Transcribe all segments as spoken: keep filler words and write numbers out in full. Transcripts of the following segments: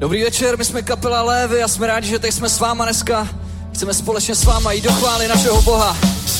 Dobrý večer, my jsme kapela Lévy a jsme rádi, že tady jsme s váma dneska. Chceme společně s váma jít do chvály našeho Boha.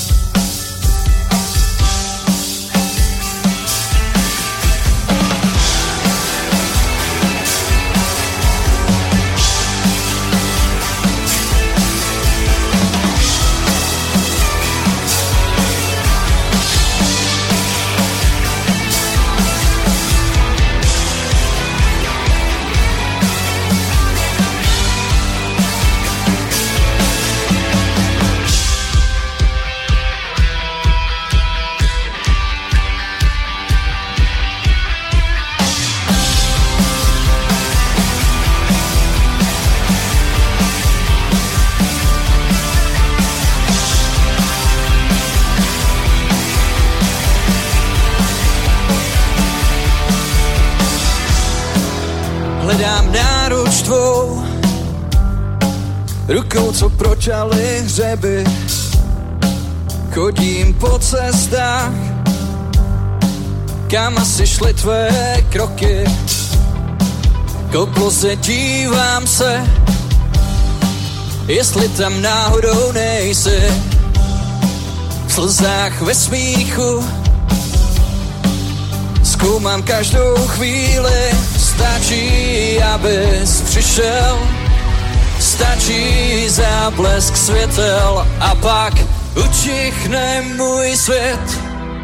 Hledám náruč tvou, rukou, co pročaly hřeby. Chodím po cestách, kam asi šly tvé kroky. K obloze dívám se, jestli tam náhodou nejsi. V slzách, ve smíchu zkoumám každou chvíli. Stačí, abys přišel, stačí záblesk světel a pak utichne můj svět.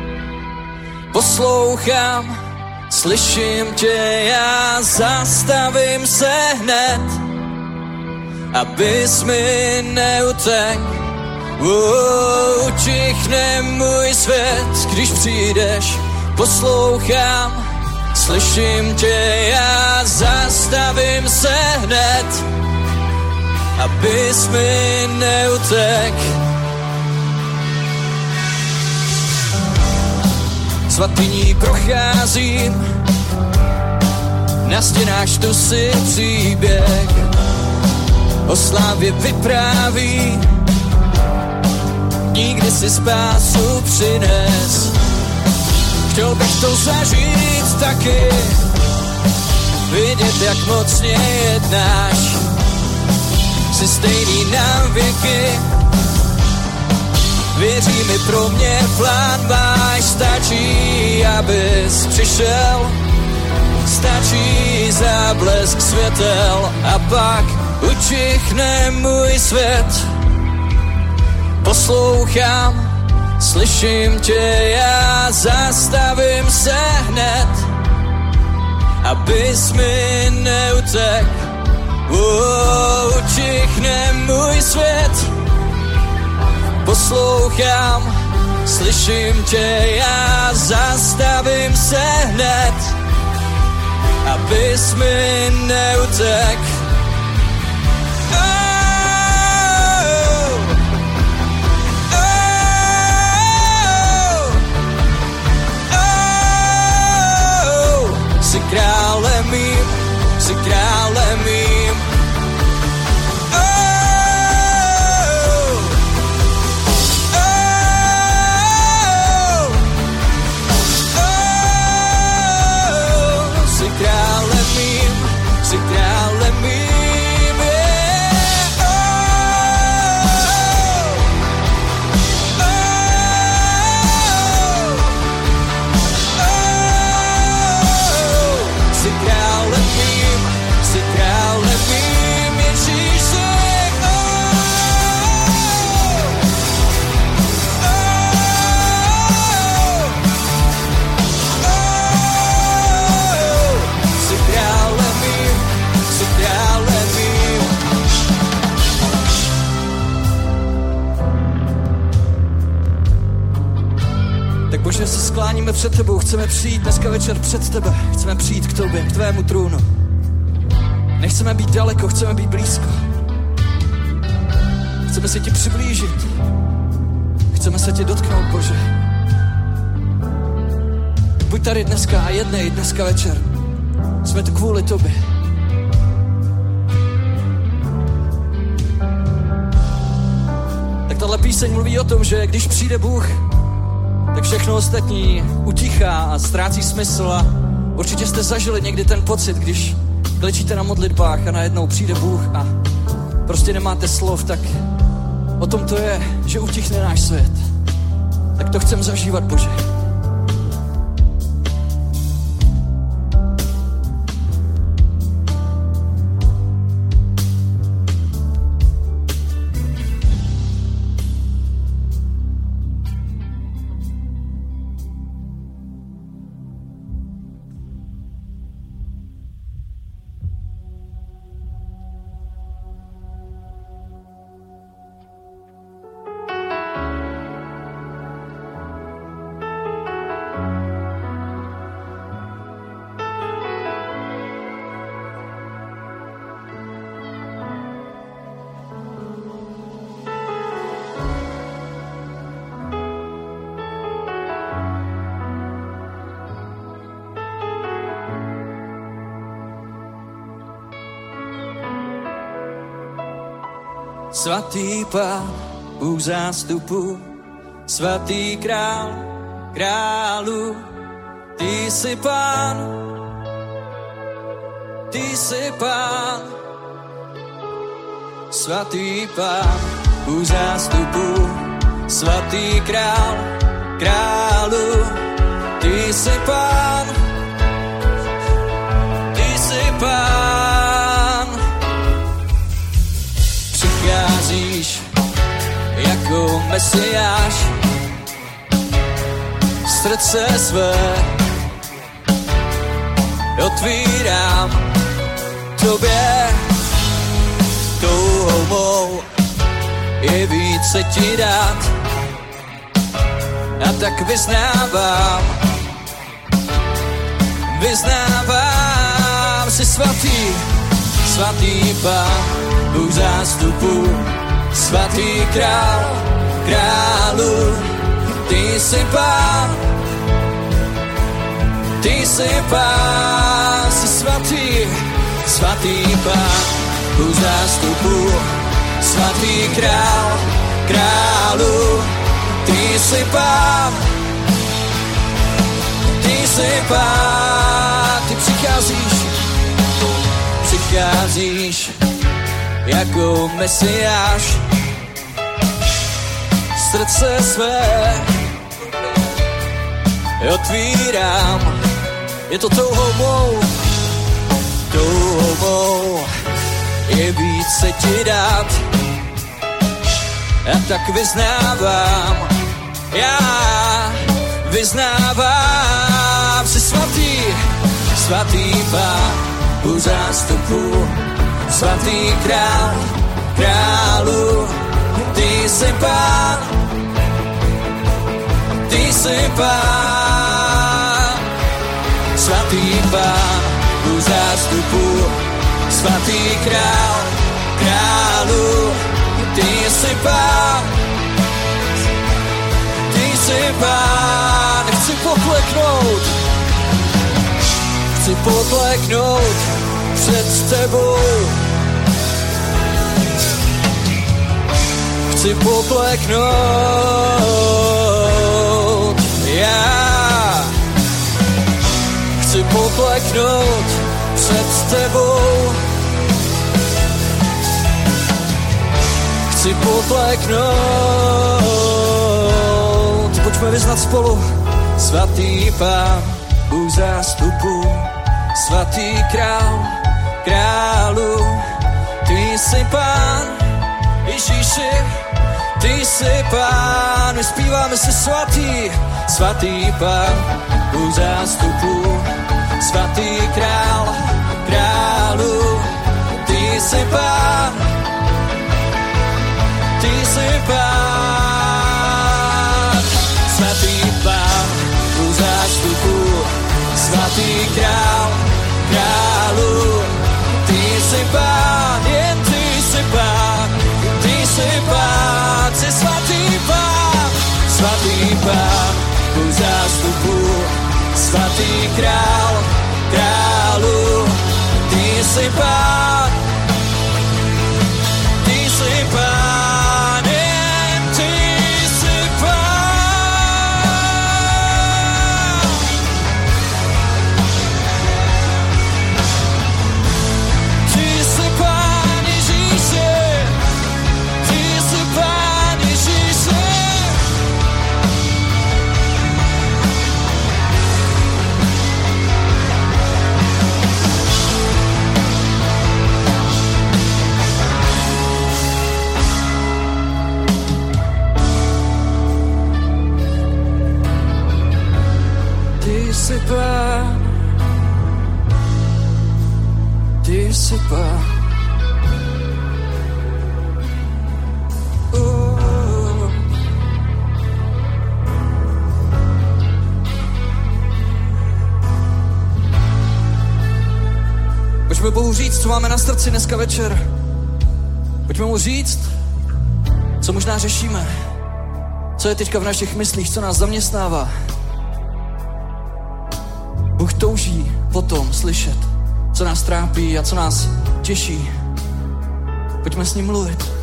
Poslouchám, slyším tě, já zastavím se hned, abys mi neutek. Oh, utichne můj svět, když přijdeš, poslouchám, slyším tě, já zastavím se hned, abys mi neutek. Svatyní procházím, na stěnách čtu si příběh, o slávě vypráví, nikdy si spásu přines. Chtěl bych to zažít taky, vidět, jak mocně jednáš. Jsi stejný na věky, věří mi, pro mě plán máš. Stačí, abys přišel, stačí záblesk světel a pak utichne můj svět. Poslouchám, slyším tě, já zastavím se hned, abys mi neutek. Oh, utichne můj svět. Poslouchám, slyším tě, já zastavím se hned, abys mi neutek. Jsi králem mým, jsi králem mým. Oh, oh, oh, jsi králem mým, jsi králem mým. Bože, se skláníme před tebou, chceme přijít dneska večer před tebe, chceme přijít k tobě, k tvému trůnu. Nechceme být daleko, chceme být blízko. Chceme se ti přiblížit. Chceme se tě dotknout, Bože. Buď tady dneska a jednej dneska večer. Jsme tu kvůli tobě. Tak tahle píseň mluví o tom, že když přijde Bůh, tak všechno ostatní utichá a ztrácí smysl. A určitě jste zažili někdy ten pocit, když klečíte na modlitbách a najednou přijde Bůh a prostě nemáte slov, tak o tom to je, že utichne náš svět. Tak to chcem zažívat, Bože. Svatý Pán, Bůh zástupu, svatý král, králu, ty jsi Pán, ty jsi Pán. Svatý Pán, Bůh zástupu, svatý král, králu, ty jsi Pán, ty jsi Pán. Přicházíš jako Mesiáš, srdce své otvírám tobě, touhou mou je více ti dát, a tak vyznávám, vyznávám, jsi svatý, svatý Pán, Bůh zástupu, svatý král, králu, ty jsi Pán, ty jsi Pán, jsi svatý, svatý Pán, Bůh zástupu, svatý král, králu, ty jsi Pán, ty jsi Pán, ty přicházíš, přicházíš jako Mesiáš, srdce své otvírám, je to touhou mou, touhou mou je více ti dát, a tak vyznávám, já vyznávám, jsi svatý, svatý Pán, Bůh zástupu, svatý král, králu, ty jsi Pán, ty jsi Pán, svatý Pán, Bůh zástupu, svatý král, králu, ty jsi Pán, ty jsi Pán, chci pokleknout, chci pokleknout před tebou, chci pokleknout, já chci pokleknout před tebou, chci pokleknout, pojďme vyznat spolu, svatý Pán, Bůh zástupu, svatý král, králu, ty jsi Pán, Ježíši, ty jsi Pán, my zpíváme si svatý, svatý Pán, Bůh zástupu, svatý král, králu, ty jsi Pán, ty jsi Pán, svatý Pán, Bůh zástupu, svatý král, králu, ty jsi Pán, jen ty jsi Pán, ty jsi Pán, jsi svatý Pán, svatý Pán, Bůh zástupu, svatý král, králu, ty jsi Pán, ty jsi Pán, jen ty jsi Pán. Pán, ty jsi Pán. Oh. Pojďme Bohu říct, co máme na srdci dneska večer. Pojďme mu říct, co možná řešíme, co je teďka v našich myslích, co nás zaměstnává. Bůh touží potom slyšet, co nás trápí a co nás těší. Pojďme s ním mluvit.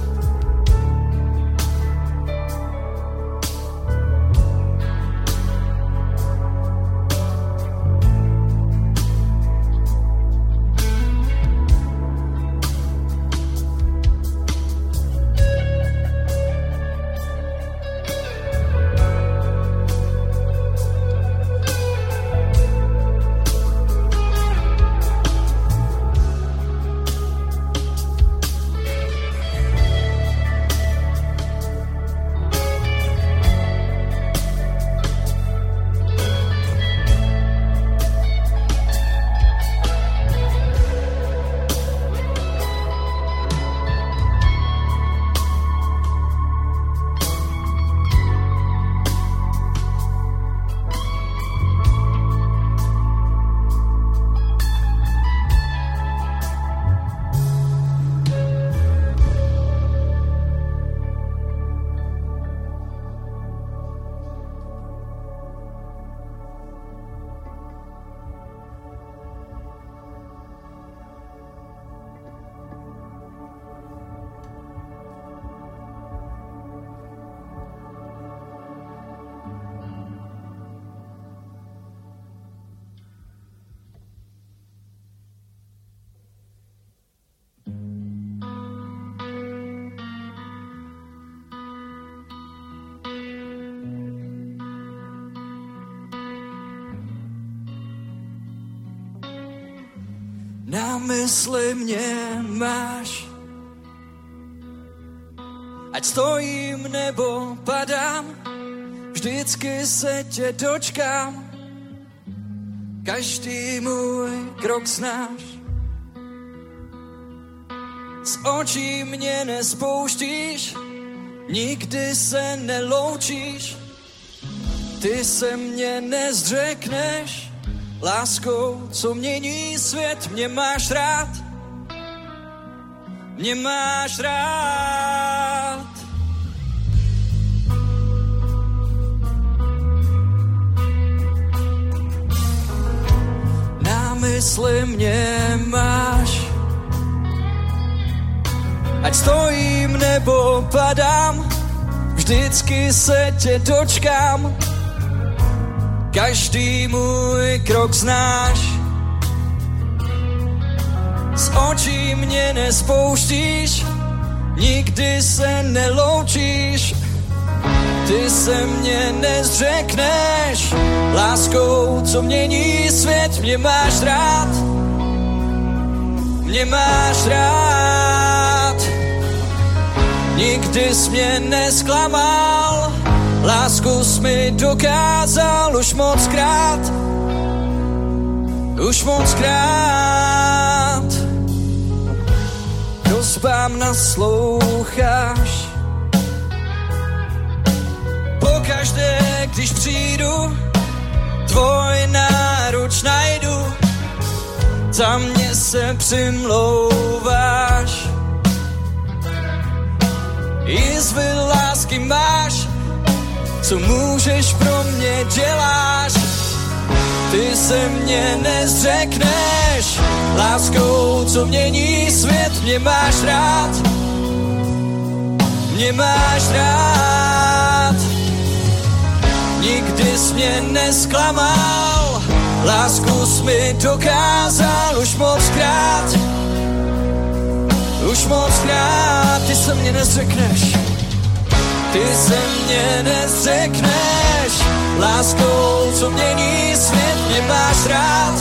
Na mysli mě máš, ať stojím nebo padám, vždycky se tě dočkám, každý můj krok znáš. Z očí mě nespouštíš, nikdy se neloučíš, ty se mě nezdřekneš. Láskou, co mění svět, mě máš rád, mě máš rád. Na mysli mě máš, ať stojím nebo padám, vždycky se tě dočkám, každý můj krok znáš. Z očí mě nespouštíš, nikdy se neloučíš, ty se mě nezdřekneš. Láskou, co mění svět, mě máš rád, mě máš rád. Nikdy jsi mě nesklamal, lásku jsi mi dokázal už moc krát, už moc krát. Prosbám nasloucháš, pokaždé, když přijdu, tvoj náruč najdu, za mě se přimlouváš. Jizvy lásky máš, co můžeš pro mě děláš, ty se mě nezřekneš. Láskou, co mění svět, mě máš rád, mě máš rád. Nikdy jsi mě nesklamal, lásku jsi mi dokázal už moc krát, už moc krát. Ty se mě nezřekneš, ty se mě nezřekneš. Láskou, co mění svět, mě máš rád,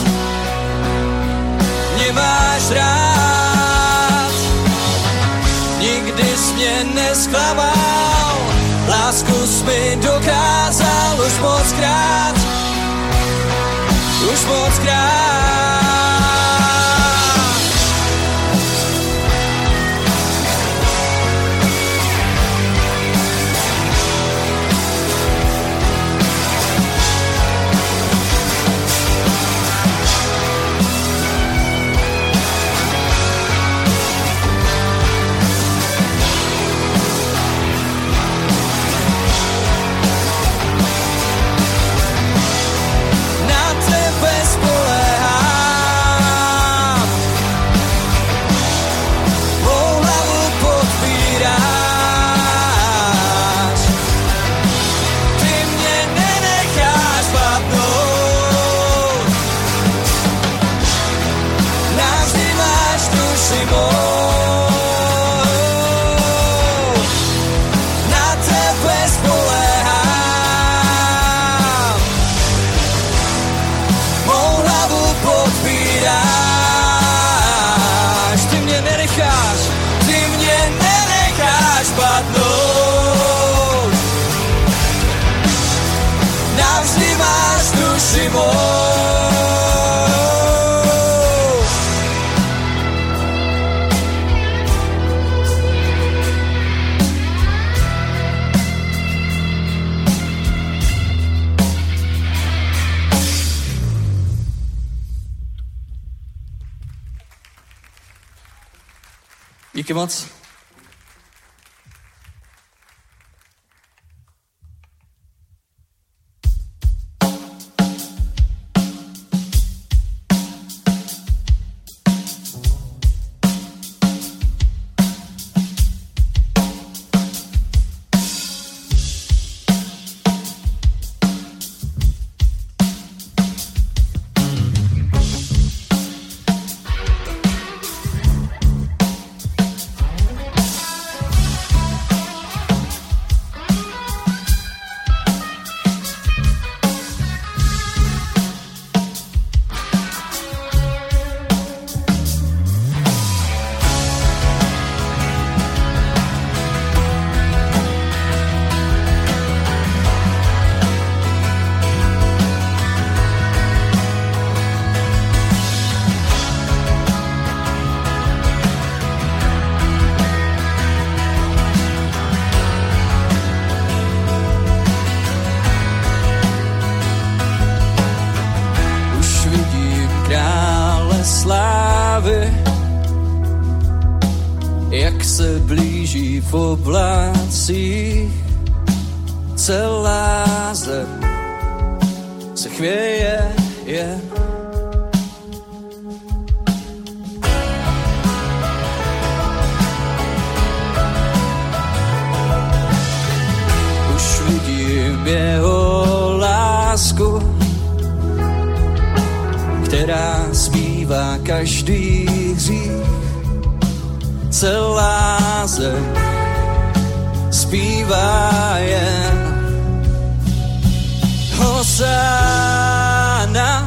mě máš rád. Nikdy jsi mě nesklamal, lásku jsi mi dokázal už moc krát, už moc krát. Díky moc. Jak se blíží v oblacích, celá zem se chvěje jen. Už vidím jeho lásku, která smívá každý hřích. Celá zem zpívá jen Hosanna,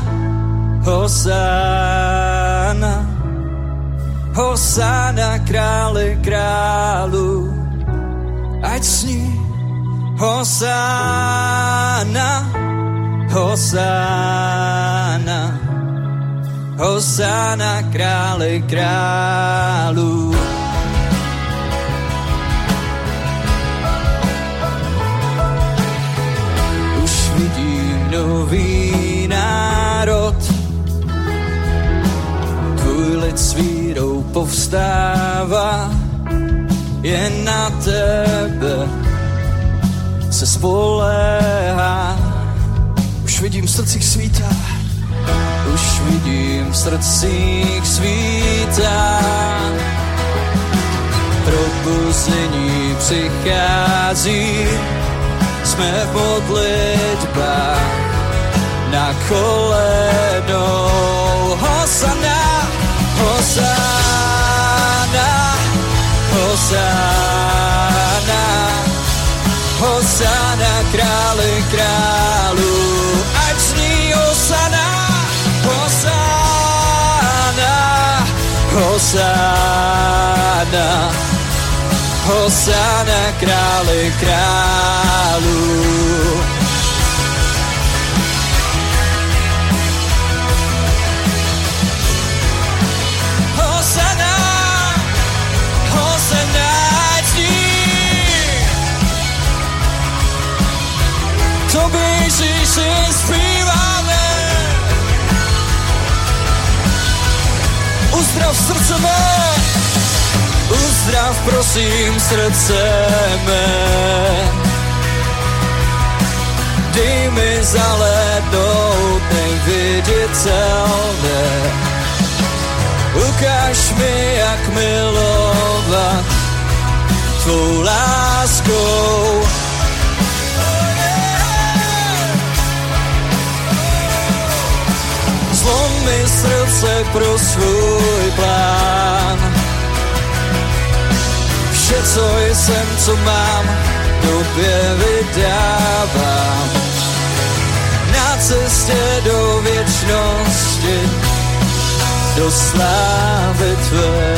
Hosanna, Hosanna králi králu, ať sní. Hosanna, Hosanna, Hosanna králi králu. Už vidím nový národ, tvůj lid s vírou povstává, jen na tebe se spoléhá. Už vidím v srdcích svítá, už vidím v srdcích svítá. Probuzení přichází, jsme v modlitbách na kolenou. Hosanna, Hosanna, Hosanna, Hosanna králi králu, ať zní Hosanna, Hosanna, Hosanna, Hosanna králi králu. Uzdrav prosím srdce mé, dej mi zahlédnout neviditelné. Ukáž mi, jak milovat tvou láskou. Zlom mi srdce pro svůj plán. Vše, co jsem, co mám, tobě vydávám. Na cestě do věčnosti, do slávy tvé.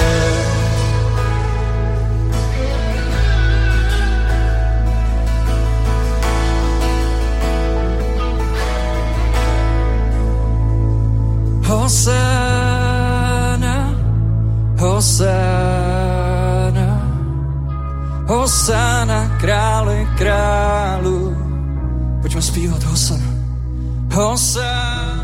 Hosanna, Hosanna, Hosanna, králi králu. Pojďme zpívat Hosanna. Hosanna.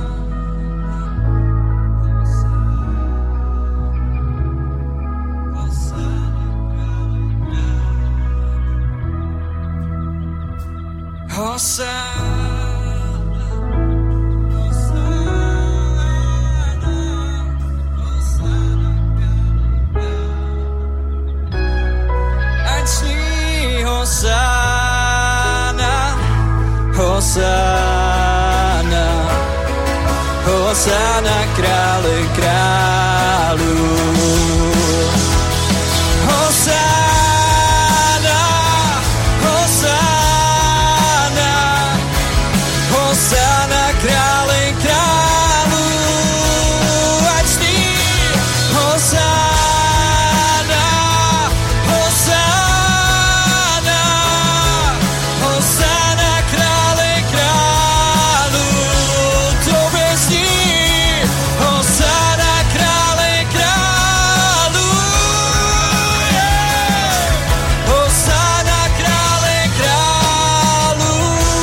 Hosanna. Hosanna, Hosanna, Hosanna, králi králů. Hosanna, Hosanna, Hosanna, králi králů. Ať zní Hosanna, Hosanna, Hosanna, králi králů. Tobě zní Hosanna, králi králů. Yeah. Hosanna, králi králů.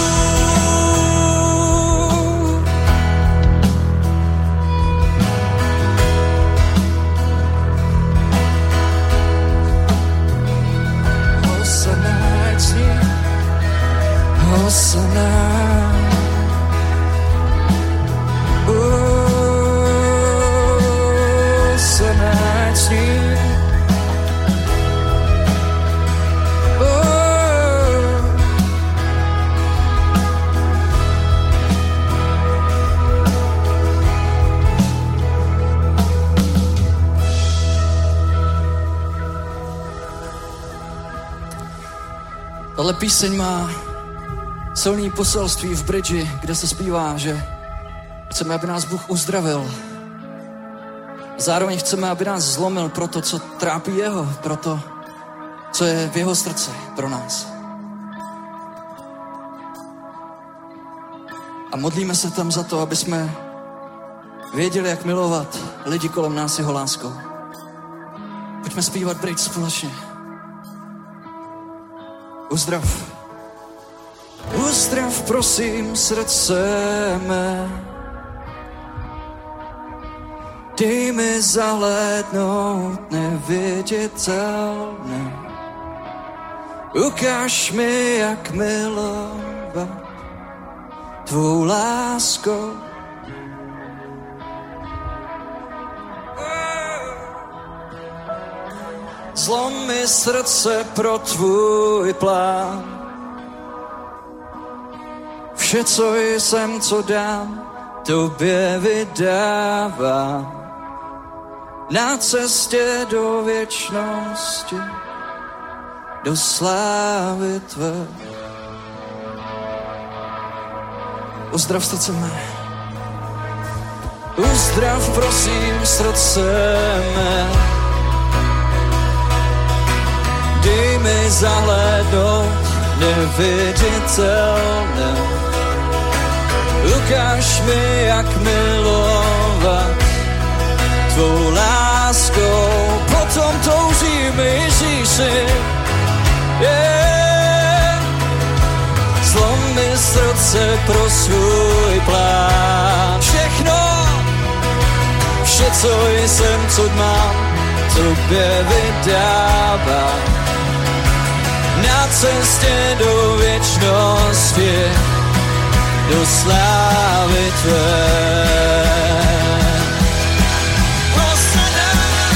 Hosanna, ať zní Hosanna. Hosanna, ať zní. Tahle píseň má silný poselství v bridži, kde se zpívá, že chceme, aby nás Bůh uzdravil. Zároveň chceme, aby nás zlomil pro to, co trápí jeho, pro to, co je v jeho srdci pro nás. A modlíme se tam za to, aby jsme věděli, jak milovat lidi kolem nás jeho láskou. Pojďme zpívat bridge společně. Uzdrav. Uzdrav prosím srdce mé, dej mi zahlédnout neviditelné. Ukáž mi, jak milovat tvou láskou. Zlom mi srdce pro tvůj plán. Vše, co jsem, co dám, tobě vydávám. Na cestě do věčnosti, do slávy tvé. Uzdrav srdce mé. Uzdrav prosím srdce mé. Dej mi zahlédnout neviditelné. Ukáž mi, jak milovat tvou láskou. Potom toužíme, Ježíši. Yeah. Zlom mi srdce pro svůj plán. Všechno, vše, co jsem, co mám, sobě vydává na cestě do věčnosti, do slávy tvé. Hosana,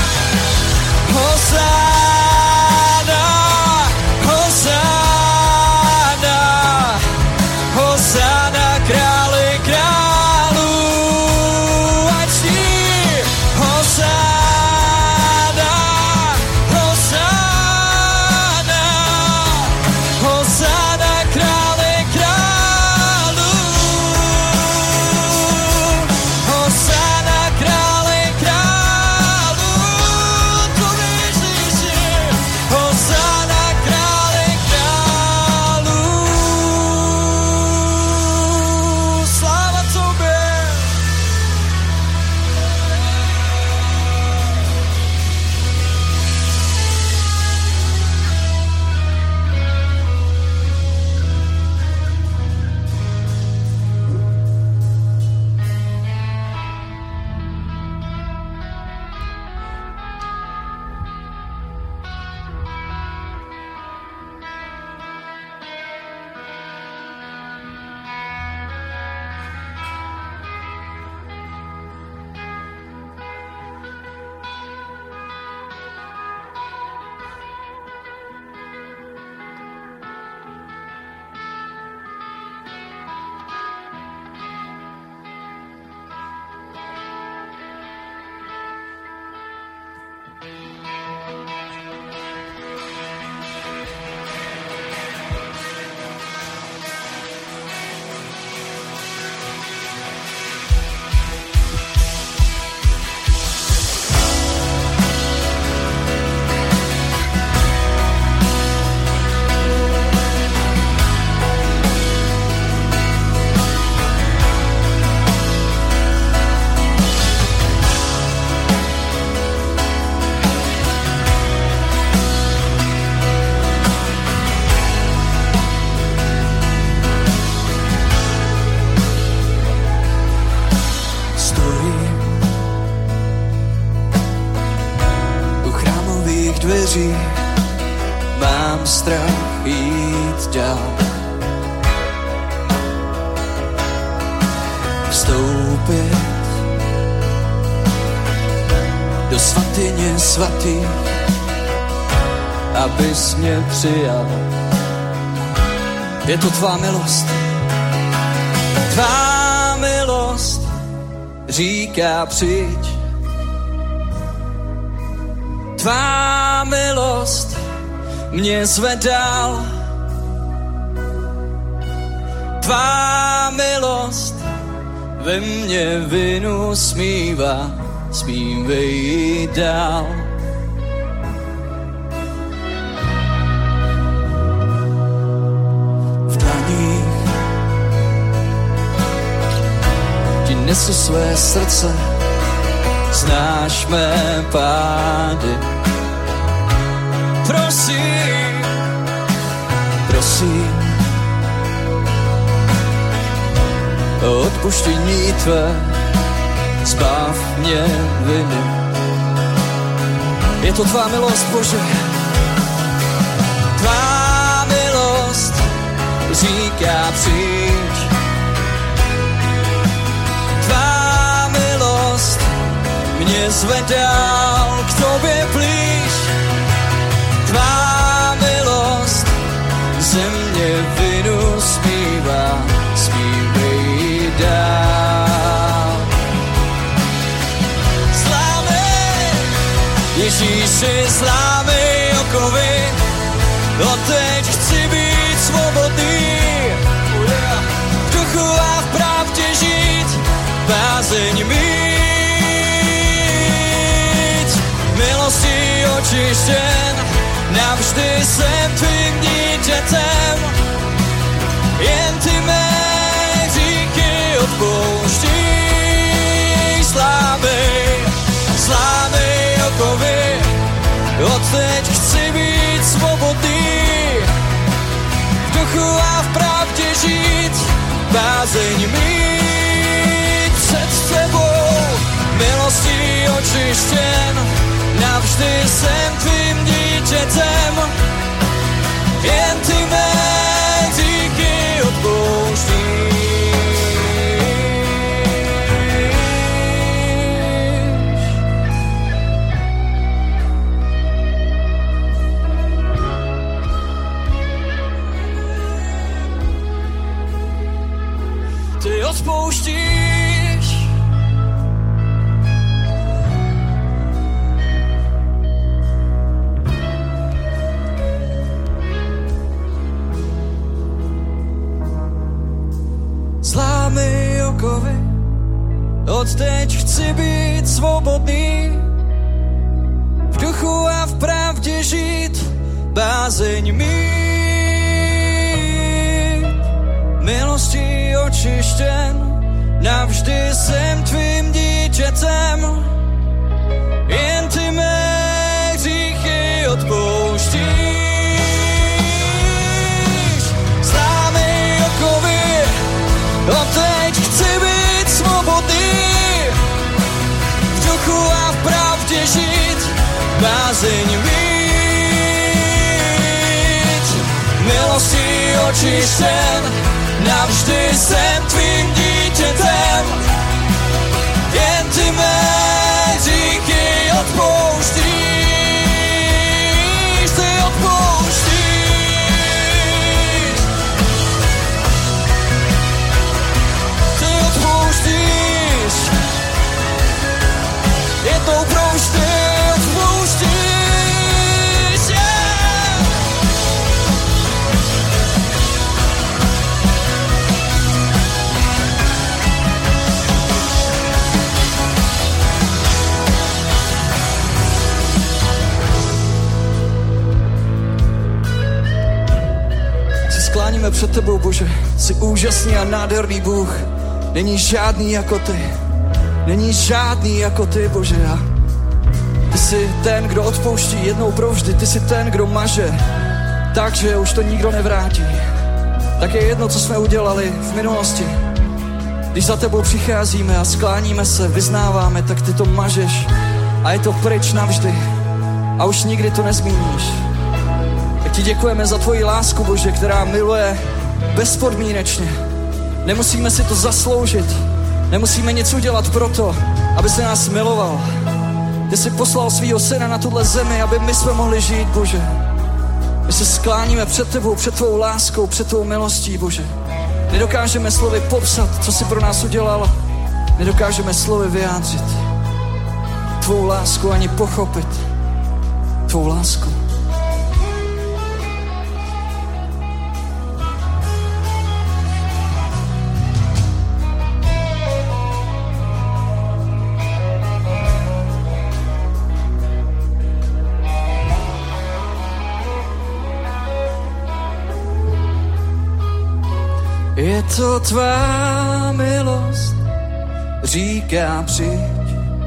Hosana, Hosana, Hosana, králi králů, ať zní Hosana, Hosana, Hosana, králi králů, Hosana, králi králů, to Ježíši, Hosana, králi králů, sláva tobě. Stojím u chrámových dveří, mám strach jít dál, vstoupit do svatyně svatých, abys mě přijal. Je to tvá milost, tvá milost říká přijď. Tvá milost mě zvedal, tvá milost ve mně vinu smívá, smívej ji dál. V dlaních ti nesu své srdce, znáš mé pády. Prosím, prosím o odpuštění tvé, zbav mě viny. Je to tvá milost, Bože, tvá milost říká přijď. Tvá milost mě zvedal k tobě blíž. Tvá milost ze mě vinu smívá, smívej dál. Slámy, Ježíši, slámy okovy, odteď chci být svobodný. V duchu a v pravdě žít, bázeň mít. Milostí očištěn, navždy jsem tvým dítětem. Jen ty mé hříchy odpouštíš. Slámy, slámy okovy, odteď chci být svobodný. V duchu a v pravdě žít, bázeň mít před tebou. Milostí očištěn, navždy jsem tvým dítětem, jen ty mé hříchy odpouštíš. Ty odpouštíš. Zlámy okovy, odteď chci být svobodný, v duchu a v pravdě žít, bázeň mít, milostí očištěn, navždy jsem tvým dítětem, jen ty mé hříchy odpouštíš. Zlámy okovy, odteď chci být svobodný, v duchu a v pravdě žít, bázeň mít, milostí očištěn, navždy jsem tvým dítětem, jen ty mé hříchy odpouštíš, ty odpouštíš. Odpouštíš, jednou provždy odpouštíš, yeah. Se skláníme před tebou, Bože, jsi úžasný a nádherný Bůh. Není žádný jako ty, není žádný jako ty, Bože. A ty jsi ten, kdo odpouští jednou provždy, ty jsi ten, kdo maže, takže už to nikdo nevrátí. Tak je jedno, co jsme udělali v minulosti. Když za tebou přicházíme a skláníme se, vyznáváme, tak ty to mažeš a je to pryč navždy. A už nikdy to nezmíníš. Tak ti děkujeme za tvoji lásku, Bože, která miluje bezpodmínečně. Nemusíme si to zasloužit. Nemusíme nic udělat proto, aby se nás miloval. Ty jsi poslal svýho syna na tuhle zemi, aby my jsme mohli žít, Bože. My se skláníme před tebou, před tvou láskou, před tvou milostí, Bože. Nedokážeme slovy popsat, co jsi pro nás udělal. Nedokážeme slovy vyjádřit tvou lásku ani pochopit tvou lásku. Je to tvá milost, říká přijď.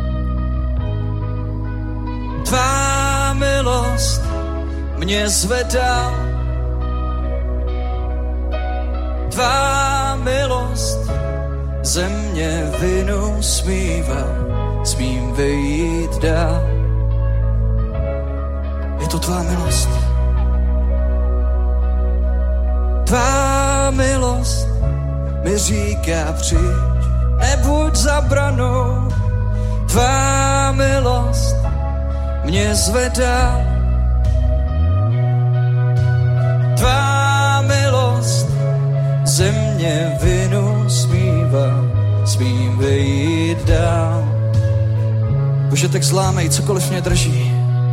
Tvá milost mě zvedá. Tvá milost ze mě vinu smívá, smím vyjít dál. Je to tvá milost. Tvá milost mi říká přijď, nebuď za branou. Tvá milost mě zvedá. Tvá milost ze mě vinu smívá, smím vyjít dál. Bože, tak zlámej, cokoliv mě drží.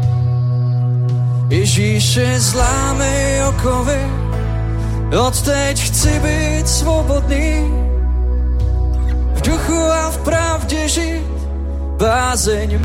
Ježíši, zlámej okovy, odteď chci být svobodný, v duchu a v pravdě žít, bázeň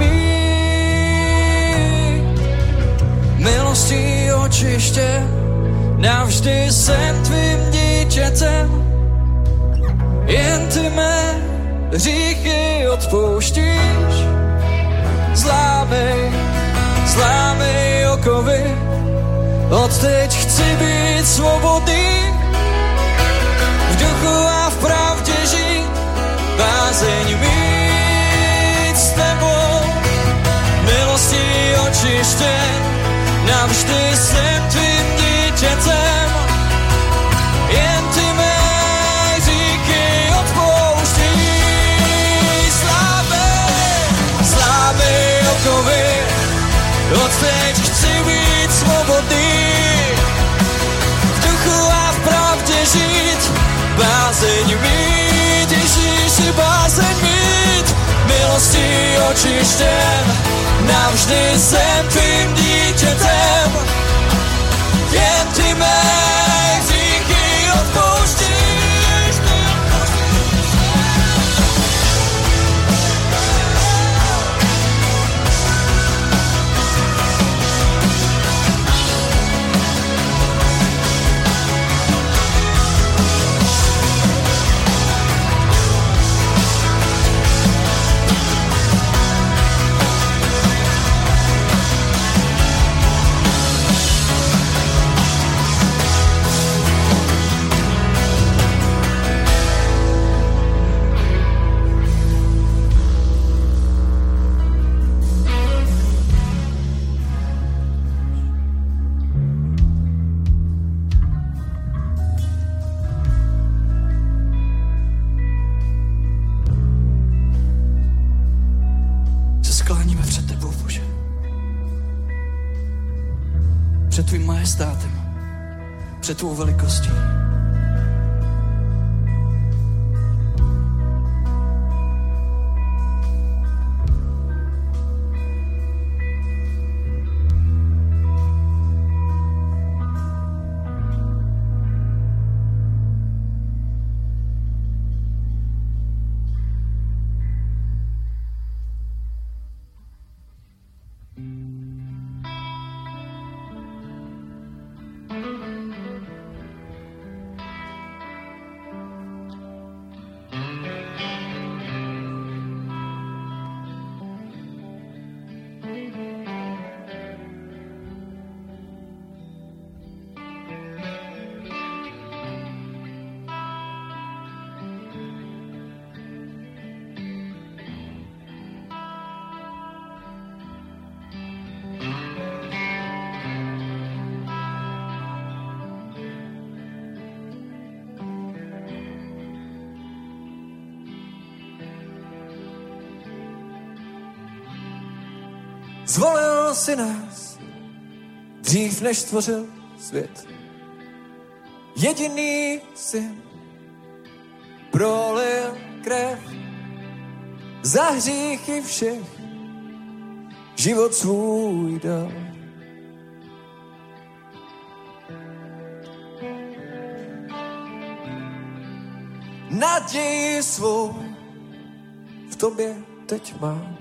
mít, milostí očiště, navždy jsem tvým dítětem, jen ty mé hříchy odpouštíš. Zlámej, zlámej okovy, odteď chci být svobodný, v duchu a v pravdě žít, bázeň mít s tebou, milostí navždy jsem tvým dítětem. Jen ty mé hříchy odpouštíš. Slávej, slávej okovy, odteď chci být svobodný. V duchu a v pravdě žít, bázeň mít, Ježíši bázeň mít. Milostí očištěn, navždy jsem tvým dítětem. Jen ty mé hříchy odpouštíš. Skláníme před tebou, Bože. Před tvým majestátem, před tvou velikostí. Zvolil si nás dřív, než stvořil svět. Jediný syn prolil krev za hříchy všech, život svůj dal. Naději svou v tobě teď mám.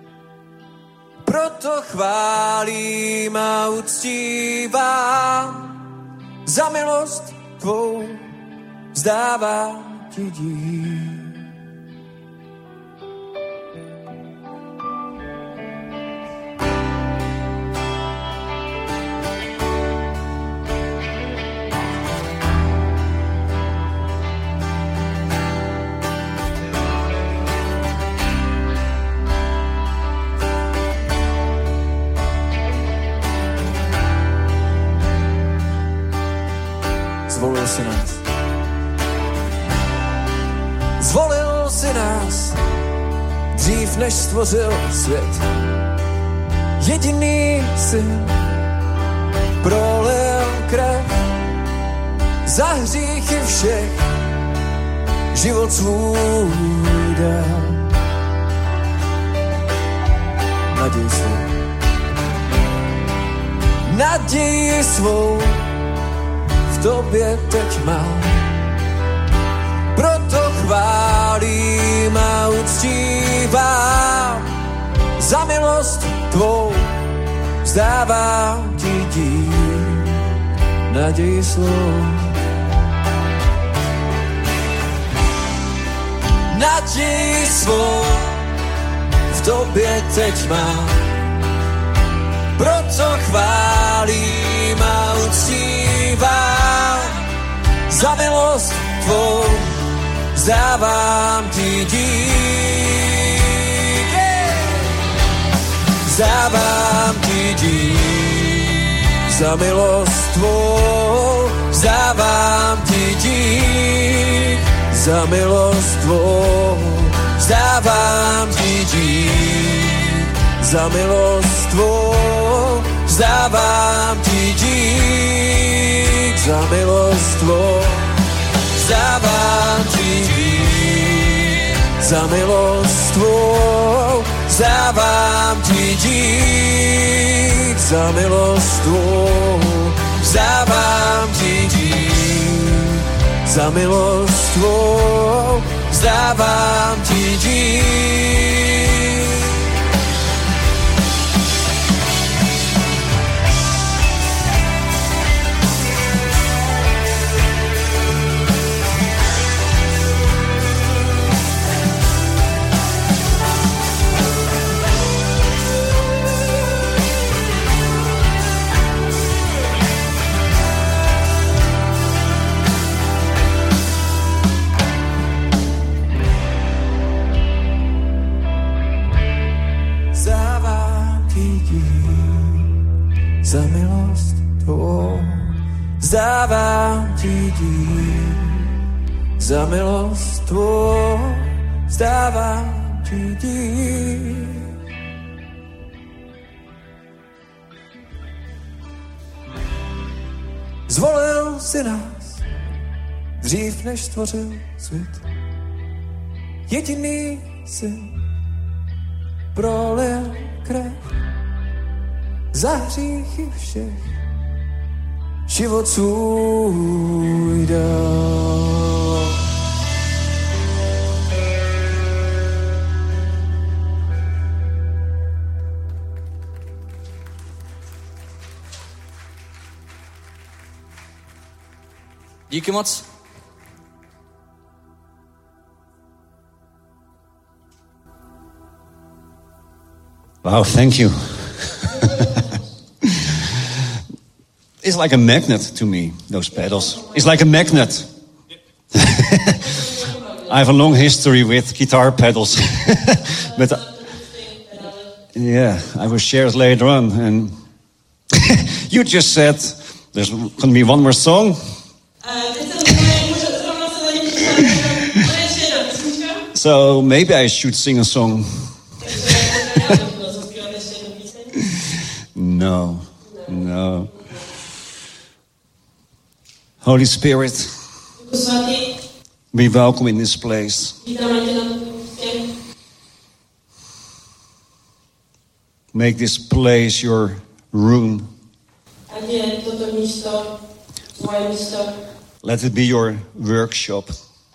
Proto chválím a uctívám, za milost tvou vzdávám ti dík. Zvolil si nás. Zvolil si nás dřív, než stvořil svět. Jediný syn prolil krev za hříchy všech, život svůj dal. Naději svou, naději svou v tobě teď mám. Proto chválím a uctívám, za milost tvou vzdávám ti dík. Naději svou, naději svou v tobě teď mám. Proto chválím a uctívám, za milost tvou vzdávám ti dík. Vzdávám ti dík. za milost tvou, vzdávám ti dík, za milost tvou, vzdávám ti dík, za milost tvou, vzdávám ti dík, za milost tvou, vzdávám ti dík, za milost tvou, vzdávám ti dík, za milost tvou, vzdávám ti dík, za milost tvou, vzdávám ti dík. Za milost tvou, vzdávám ti dík, za milost tvou, vzdávám ti dík. Zvolil si nás, dřív než stvořil svět. Jediný syn prolil krev za hříchy všech, život svůj dal. Díky moc. Wow, thank you. It's like a magnet to me, those pedals. It's like a magnet. I have a long history with guitar pedals. But uh, yeah, I will share it later on. And you just said there's going to be one more song. So maybe I should sing a song. No, no. Holy Spirit, be welcome in this place. Make this place your room. Let it be your workshop.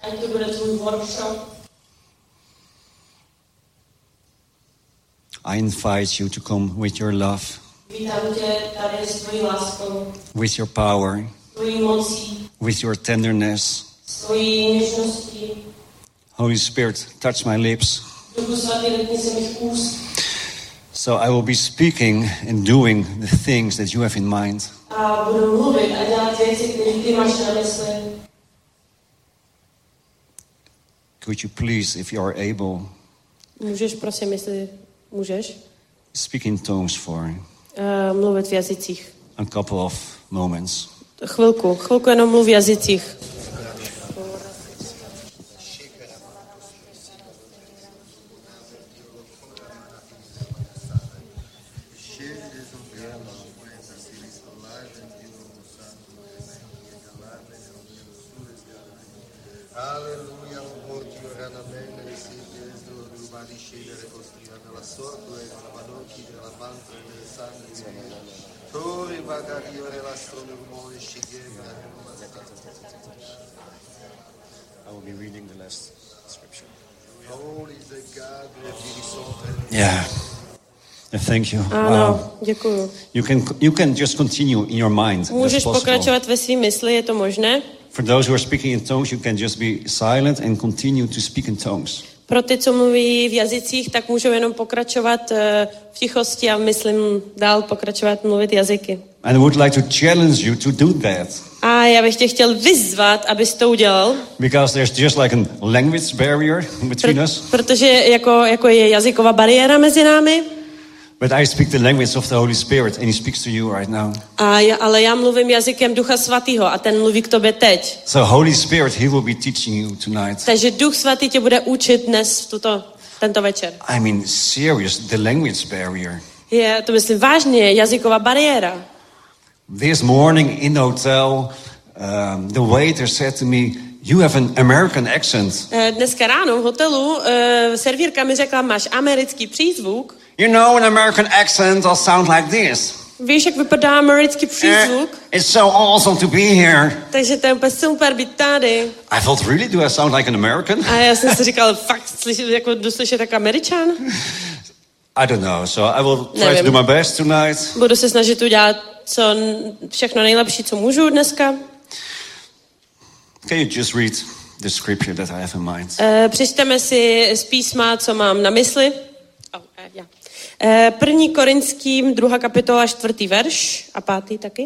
I invite you to come with your love, with your power, with your tenderness. Holy Spirit, touch my lips. So I will be speaking and doing the things that you have in mind. Could you please, if you are able, můžeš, prosím, jestli můžeš, speak in tongues for uh, mluvit v jazycích. A couple of moments. Chvilku, chvilku jenom mluv v jazycích. I will be reading the last scripture. Yeah. Thank you. Ano, wow. Děkuju. You can you can just continue in your mind. Můžeš pokračovat ve svý mysli, je to možné? For those who are speaking in tongues, you can just be silent and continue to speak in tongues. Pro ty, co mluví v jazycích, tak můžou jenom pokračovat v tichosti a myslím dál pokračovat mluvit jazyky. And I would like to challenge you to do that. A já bych tě chtěl vyzvat, abys to udělal. Because there's just like a language barrier between Pr- us. Protože jako, jako je jazyková bariéra mezi námi. But I speak the language of the Holy Spirit and he speaks to you right now. A já, ale já mluvím jazykem Ducha Svatého a ten mluví k tobě teď. So Holy Spirit, he will be teaching you tonight. Takže Duch Svatý tě bude učit dnes v tuto, tento večer. I mean, serious, the language barrier. Je to myslím vážně, jazyková bariéra. This morning in the hotel, um, the waiter said to me, you have an American accent. Dneska ráno v hotelu uh, servírka mi řekla, máš americký přízvuk. You know, an American accent will sound like this. Víš, jak vypadá americký přízvuk? Uh, it's so awesome to be here. Takže to je úplně super být tady. I thought, really, do I sound like an American? A já jsem si říkal, fakt, slyšet, jako jdu slyšet tak Američan? I don't know, so I will try Nevím. to do my best tonight. Budu se snažit udělat co všechno nejlepší, co můžu dneska. Can you just read the scripture that I have in mind? Uh, přečteme si z písma, co mám na mysli. Oh, uh, yeah. uh, první Korinským, druhá kapitola, čtvrtý verš a pátý taky.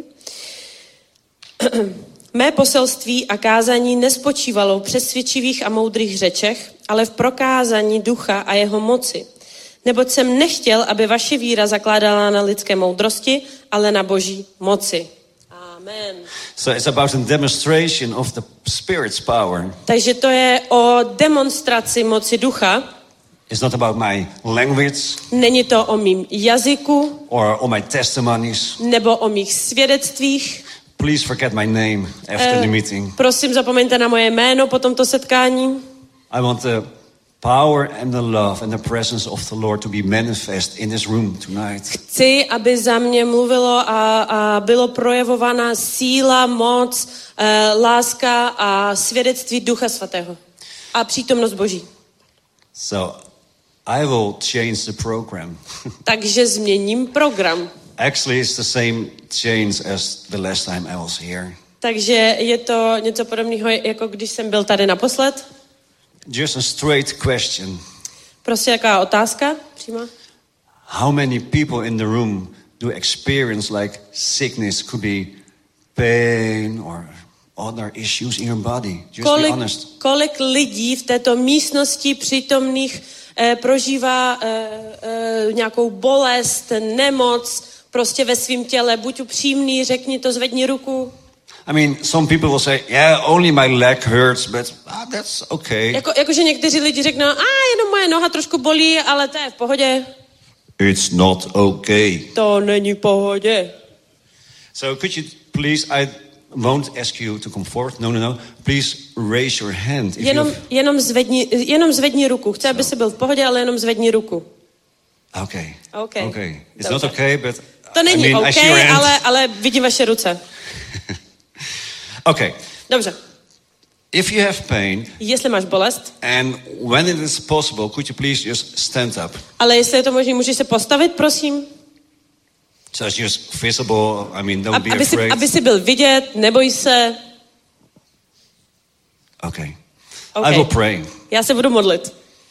Mé poselství a kázání nespočívalo v přesvědčivých a moudrých řečech, ale v prokázání ducha a jeho moci. Neboť jsem nechtěl, aby vaše víra zakládala na lidské moudrosti, ale na boží moci. Amen. So it's about a demonstration of the Spirit's power. Takže to je o demonstraci moci ducha. It's not about my language. Není to o mým jazyku. Or on my testimonies. Nebo o mých svědectvích. Please forget my name after uh, the meeting. Prosím, zapomeňte na moje jméno po tomto setkání. I want the power and the love and the presence of the Lord to be manifest in this room tonight. Chci, aby za mě mluvilo a, a bylo projevována síla, moc, uh, láska a svědectví Ducha Svatého. A přítomnost Boží. So, I will change the program. Takže změním program. Actually, it's the same change as the last time I was here. Takže je to něco podobného, jako když jsem byl tady naposled. Just a straight question. Prostě jaká otázka přímo? How many people in the room do experience like sickness, could be pain or other issues in your body? Just kolik, be honest. Kolik lidí v této místnosti přítomných eh, prožívá eh, eh, nějakou bolest, nemoc prostě ve svém těle? Buď upřímný, řekni to, zvedni ruku. I mean, some people will say, yeah, only my leg hurts, but ah, that's okay. Jako, jakože někteří lidi řeknou, a jenom moje noha trošku bolí, ale to je v pohodě. It's not okay. To není v pohodě. So could you please, I won't ask you to come forward. No, no, no. Please raise your hand. If Jenom, jenom, zvedni, jenom zvedni ruku. Chci, aby jsi byl v pohodě, ale jenom zvedni ruku. Okay. Okay. Okay. It's Dobře. not okay, but To není I mean, OK, I see your hand. ale, ale vidím vaše ruce. Okay. Dobře. If you have pain, Jestli máš bolest, and when it is possible, could you please just stand up? ale jestli je to možné, můžeš se postavit, prosím? So it's just visible. I mean, don't Ab, be aby, si, afraid. aby si byl vidět, neboj se. Okay. Okay. I will pray. Já se budu modlit.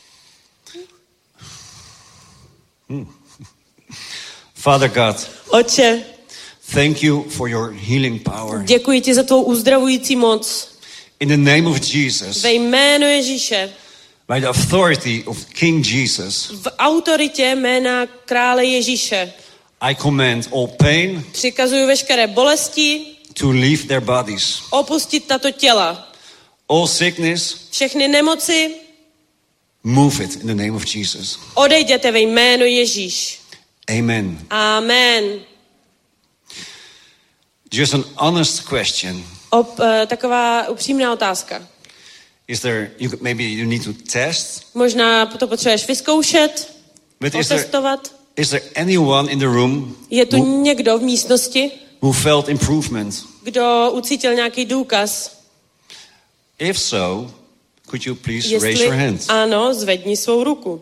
Hmm. Father God, Otče, thank you for your healing power. děkuji ti za tvou uzdravující moc. In the name of Jesus, Ve jménu Ježíše, by the authority of King Jesus, v autoritě jména krále Ježíše, I command all pain přikazuju veškeré bolesti to leave their bodies. opustit tato těla. All sickness, Všechny nemoci move it in the name of Jesus. odejděte ve jménu Ježíš. Amen. Amen. Just an honest question. Op, uh, taková upřímná otázka. Is there, you, maybe you need to test, Možná to potřebuješ vyzkoušet, but is there, otestovat. is there anyone in the room Je tu who, někdo v místnosti, who felt improvement? kdo ucítil nějaký důkaz? If so, could you please Jestli raise your hand? ano, zvedni svou ruku.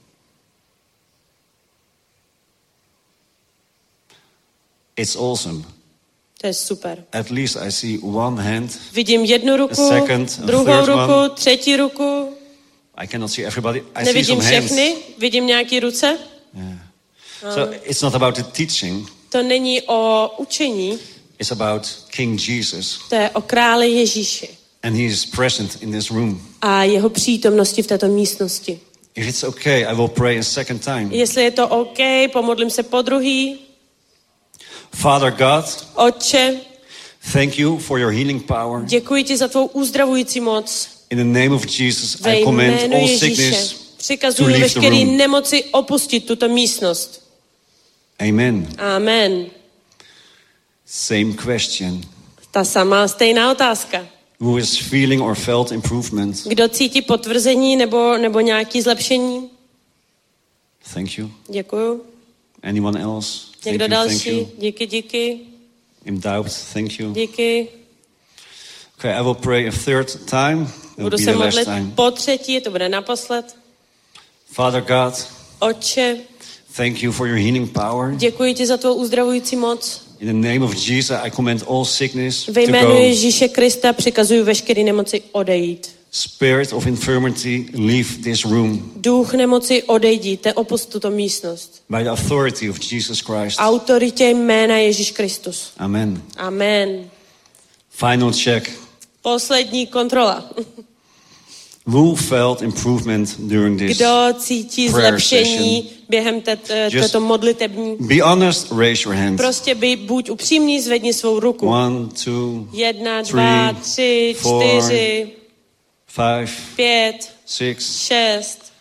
It's awesome. To je super. At least I see one hand. Vidím jednu ruku, A second, a druhou third ruku, one. třetí ruku. I cannot see everybody. I Nevidím see some hands. všechny, vidím nějaký ruce. Yeah. So it's not about the teaching. To není o učení, It's about King Jesus. to je o králi Ježíši And he is present in this room. a jeho přítomnosti v této místnosti. If it's okay, I will pray a second time. Jestli je to OK, pomodlím se po druhý. Father God, Otče, thank you for your healing power. děkuji ti za tvou uzdravující moc. In the name of Jesus, Ve I command jménu all Ježíše sickness to přikazuji leave the veškerý room. nemoci opustit tuto místnost. Amen. Amen. Same question. Ta samá stejná otázka. Who is feeling or felt improvement? Kdo cítí potvrzení nebo, nebo nějaké zlepšení? Thank you. Děkuju. Anyone else? Thank Někdo you, thank další? you. Díky, díky. In doubt, thank you. Díky. Okay, I will pray a third time. It will Budu be se the last modlit time. po třetí, to bude naposled. Father God, Otče, thank you for your healing power. děkuji ti za tvou uzdravující moc. In the name of Jesus, I command all sickness Ve to jménu go. Ježíše Krista přikazuju veškeré nemoci odejít. Spirit of infirmity, leave this room. Duch nemoci odejděte, opust tuto místnost. By the authority of Jesus Christ. Autoritě jména Ježíš Kristus. Amen. Amen. Final check. Poslední kontrola. Who felt improvement during this? Kdo cítí prayer zlepšení session? během té- Just této modlitební? Be honest, raise your hand. Prostě by, buď upřímný, zvedni svou ruku. One, two, Jedna, three, dva, tři, four, čtyři, five, pět, six. šest.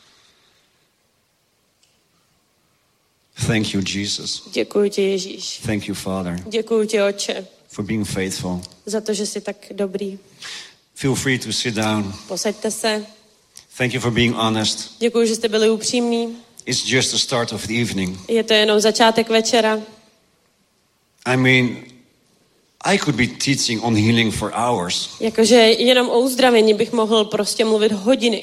Thank you, Jesus. Děkuji ti, Ježíš. Thank you, Father, Děkuji ti, Otče, for being faithful. za to, že jsi tak dobrý. Feel free to sit down. Posaďte se. Thank you for being honest. Děkuji, že jste byli upřímní. It's just the start of the evening. Je to jenom začátek večera. I mean, I could be teaching on healing for hours. Jakože jenom o uzdravení bych mohl prostě mluvit hodiny.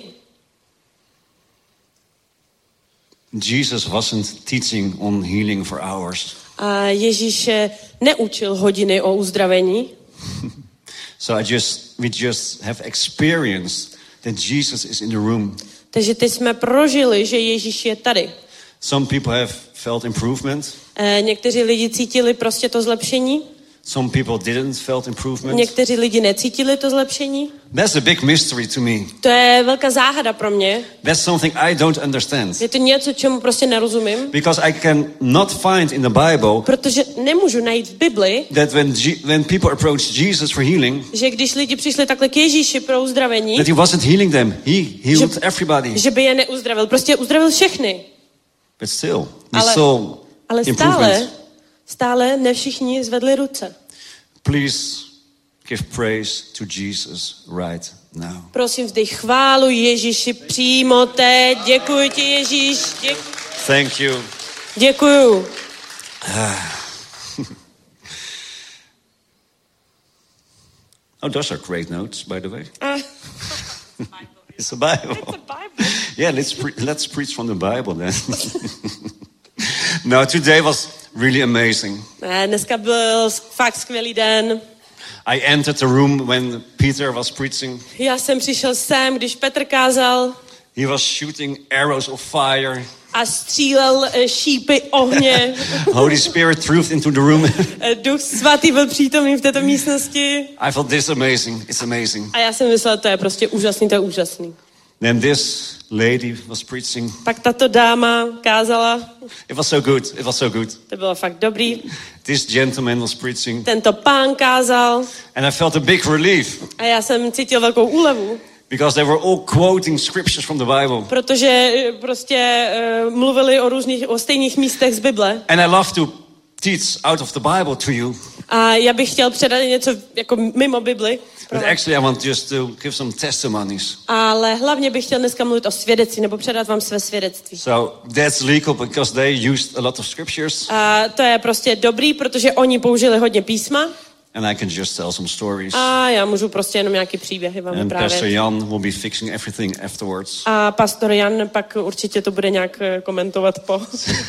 Jesus wasn't teaching on healing for hours. A Ježíš neučil hodiny o uzdravení. So I just, we just have experienced that Jesus is in the room. Takže teď jsme prožili, že Ježíš je tady. Some people have felt improvement. E, někteří lidi cítili prostě to zlepšení. Some people didn't felt improvement. Někteří lidi necítili to zlepšení. That's a big mystery to me. To je velká záhada pro mě. That's something I don't understand. Je to něco, čemu prostě nerozumím. Because I can not find in the Bible Protože nemůžu najít v Bibli, that when, G- when people approached Jesus for healing, že když lidi přišli takhle k Ježíši pro uzdravení, that he wasn't healing them. He healed že, everybody. že by je neuzdravil. Prostě uzdravil všechny. But still, we Ale, saw ale improvement. stále, stále ne všichni zvedli ruce. Please give praise to Jesus right now. Prosím, vzdej chválu Ježíši přímo teď. Děkuji ti, Ježíš. Děkuji. Thank you. Děkuju. Oh, those are great notes, by the way. Ah, It's a Bible. it's a Bible. Yeah, let's pre- let's preach from the Bible then. No, today was really amazing. Ne, dneska byl fakt skvělý den. I entered the room when Peter was preaching. Já jsem přišel sem, když Petr kázal He was shooting arrows of fire. a střílel eh, šípy ohně. Holy Spirit trooped into the room. Eh, Duch svatý byl přítomný v této místnosti. I felt this amazing. It's amazing. A já jsem myslela, to je prostě úžasný, to je úžasný. Then this lady was preaching. Pak tato dáma kázala, It was so good. It was so good. to bylo fakt dobrý. This gentleman was preaching. Tento pán kázal And I felt a big relief a já jsem cítil velkou úlevu, because they were all quoting scriptures from the Bible. protože eh, prostě uh, mluvili o různých, o stejných místech z Bible. And I love to teach out of the Bible to you. A já bych chtěl předat něco jako mimo Bibli. But actually I want just to give some testimonies. Ale hlavně bych chtěl dneska mluvit o svědectví, nebo předat vám své svědectví. So that's legal because they used a lot of scriptures. A to je prostě dobrý, protože oni použili hodně písma. And I can just tell some stories. A já můžu prostě jenom nějaký příběhy vám And Pastor vyprávět. Jan will be fixing everything afterwards. A pastor Jan pak určitě to bude nějak eh, komentovat po.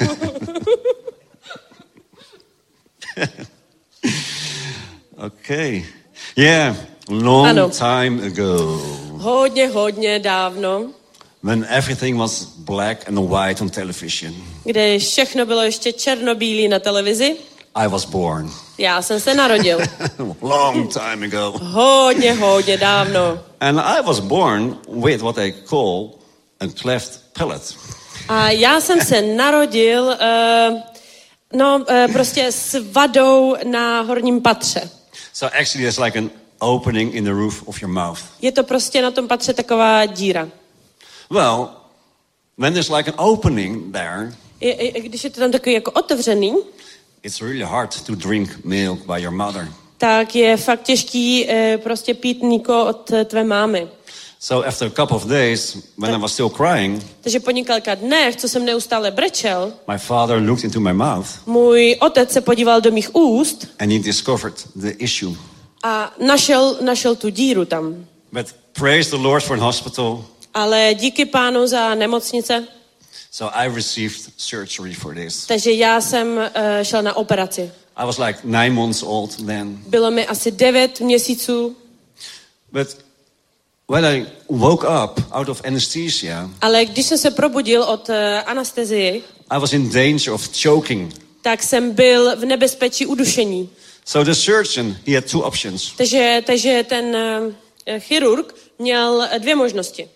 Okay. Yeah, long Ano. time ago. Hodně, hodně dávno, When everything was black and white on television. kde všechno bylo ještě černobílý na televizi. I was born. Já jsem se narodil. Long time ago. Hodně, hodně dávno. And I was born with what they call a cleft pellet. A já jsem se narodil, uh, no uh, prostě s vadou na horním patře. So actually there's like an opening in the roof of your mouth. Je to prostě na tom patře taková díra. Well, when there's like an opening there, Je, je, když je to tam takový jako otevřený, it's really hard to drink milk by your mother. tak je fakt těžký uh, prostě pít mlíko od uh, tvé mámy. So after a couple of days, when I was still crying, Takže po několika dnech, co jsem neustále brečel, my father looked into my mouth můj otec se podíval do mých úst and he discovered the issue. a našel, našel tu díru tam. But praise the Lord for an hospital. Ale díky pánu za nemocnice, So I received surgery for this. takže já jsem uh, šel na operaci. I was like nine months old then. Bylo mi asi devět měsíců, But when I woke up out of anesthesia, ale když jsem se probudil od uh, anestezii, I was in danger of choking. tak jsem byl v nebezpečí udušení. So the surgeon, he had two options. Takže, takže ten uh, chirurg měl dvě možnosti.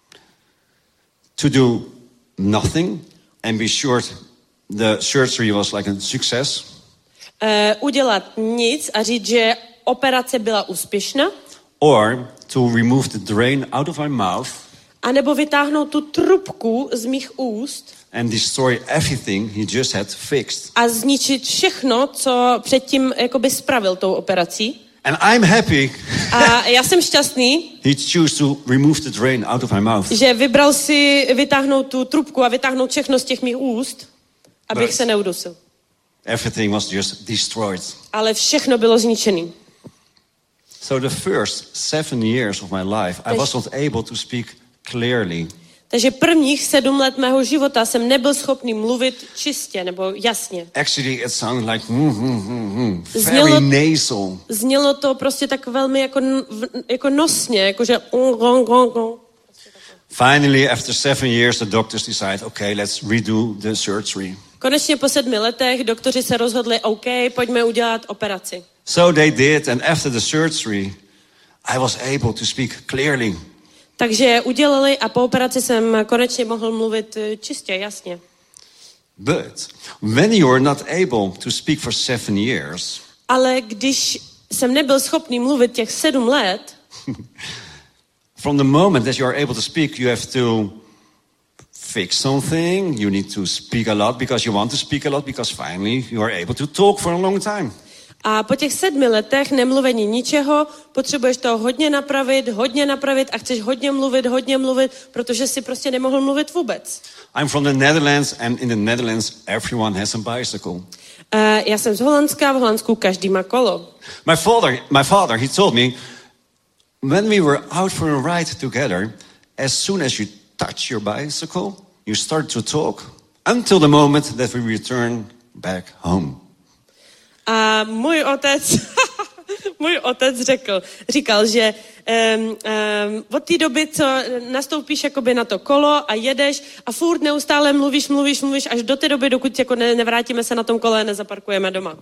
To do nothing and be sure the surgery was like a success, Uh, udělat nic a říct, že operace byla úspěšná, or to remove the drain out of my mouth anebo vytáhnout tu trubku z mých úst and destroy everything he just had fixed. a zničit všechno, co předtím jakoby spravil tou operací. And I'm happy A já jsem šťastný, he chose to remove the drain out of my mouth. že vybral si vytáhnout tu trubku a vytáhnout všechno z těch mých úst, abych But- se neudusil. Everything was just destroyed. Ale všechno bylo zničené. So the first seven years of my life, I was not able to speak clearly. Takže prvních sedm let mého života jsem nebyl schopný mluvit čistě nebo jasně. Actually, it sounded like mm, mm, mm, mm, very Znělo- nasal. Znělo to prostě tak velmi jako, v- jako nosně, jakože Finally, after seven years, the doctors decided, okay, let's redo the surgery. Konečně po sedmi letech doktoři se rozhodli, OK, pojďme udělat operaci. So they did, and after the surgery, I was able to speak clearly. Takže udělali a po operaci jsem konečně mohl mluvit eh, čistě, jasně. But when you're not able to speak for seven years, Ale když jsem nebyl schopný mluvit těch sedm let, from the moment that you are able to speak, you have to fix something. You need to speak a lot because you want to speak a lot because finally you are able to talk for a long time. a po těch sedmi letech nemluvení ničeho, potřebuješ toho hodně napravit, hodně napravit a chceš hodně mluvit, hodně mluvit, protože si prostě nemohl mluvit vůbec. I'm from the Netherlands, and in the Netherlands, everyone has a bicycle. Uh, já jsem z Holandska, v Holandsku každý má kolo. My father, my father, he told me, when we were out for a ride together, as soon as you touch your bicycle, you start to talk until the moment that we return back home. A můj otec, můj otec řekl, říkal, že um, um, od té doby, co nastoupíš jakoby na to kolo a jedeš a furt neustále mluvíš, mluvíš, mluvíš, až do té doby, dokud jako ne, nevrátíme se na tom kole a nezaparkujeme doma.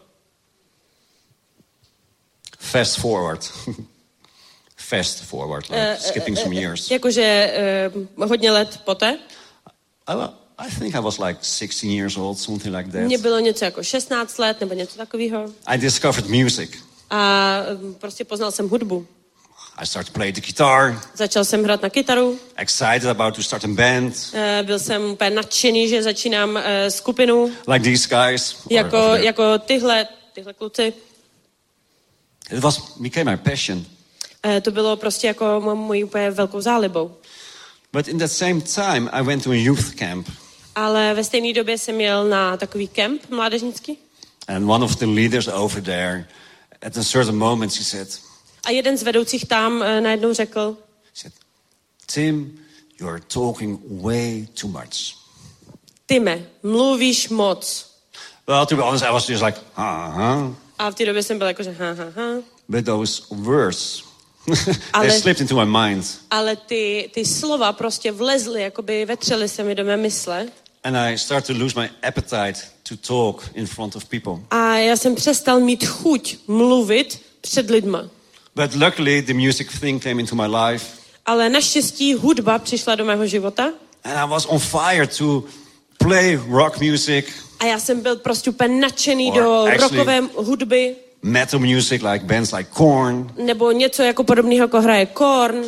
Fast forward. Fast forward, like skipping some years. Jakože um, hodně let poté. I, wa- I think I was like sixteen years old, something like Mně that. bylo něco jako šestnáct let nebo něco takového. I discovered music. A um, prostě poznal jsem hudbu. I started playing the guitar, Začal jsem hrát na kytaru. excited about to start a band, Uh, byl jsem úplně nadšený, že začínám uh, skupinu like these guys. or jako, over there. jako tyhle, tyhle kluci. It was became my passion. Eh, To bylo prostě jako mo- mojí úplně velkou zálibou. But in that same time, I went to a youth camp, Ale ve stejné době jsem jel na takový kemp mládežnický and one of the leaders over there, at a certain moment, he said, a jeden z vedoucích tam eh, najednou řekl, he said, Tim, you are talking way too much. Time, mluvíš moc. Well, to be honest, I was just like, uh-huh. A v té době jsem byl jako, že ha, ha, ha. But those words, they Ale- slipped into my mind. Ale ty, ty slova prostě vlezly, jakoby vetřely se mi do mé mysle. And I started to lose my appetite to talk in front of people. A já jsem přestal mít chuť mluvit před lidma. But luckily, the music thing came into my life. Ale naštěstí hudba přišla do mého života. And I was on fire to play rock music. A já jsem byl prostě úplně nadšený Or do actually- rockové hudby, Metal music like bands like Korn. nebo něco jako podobného, jako hraje Korn.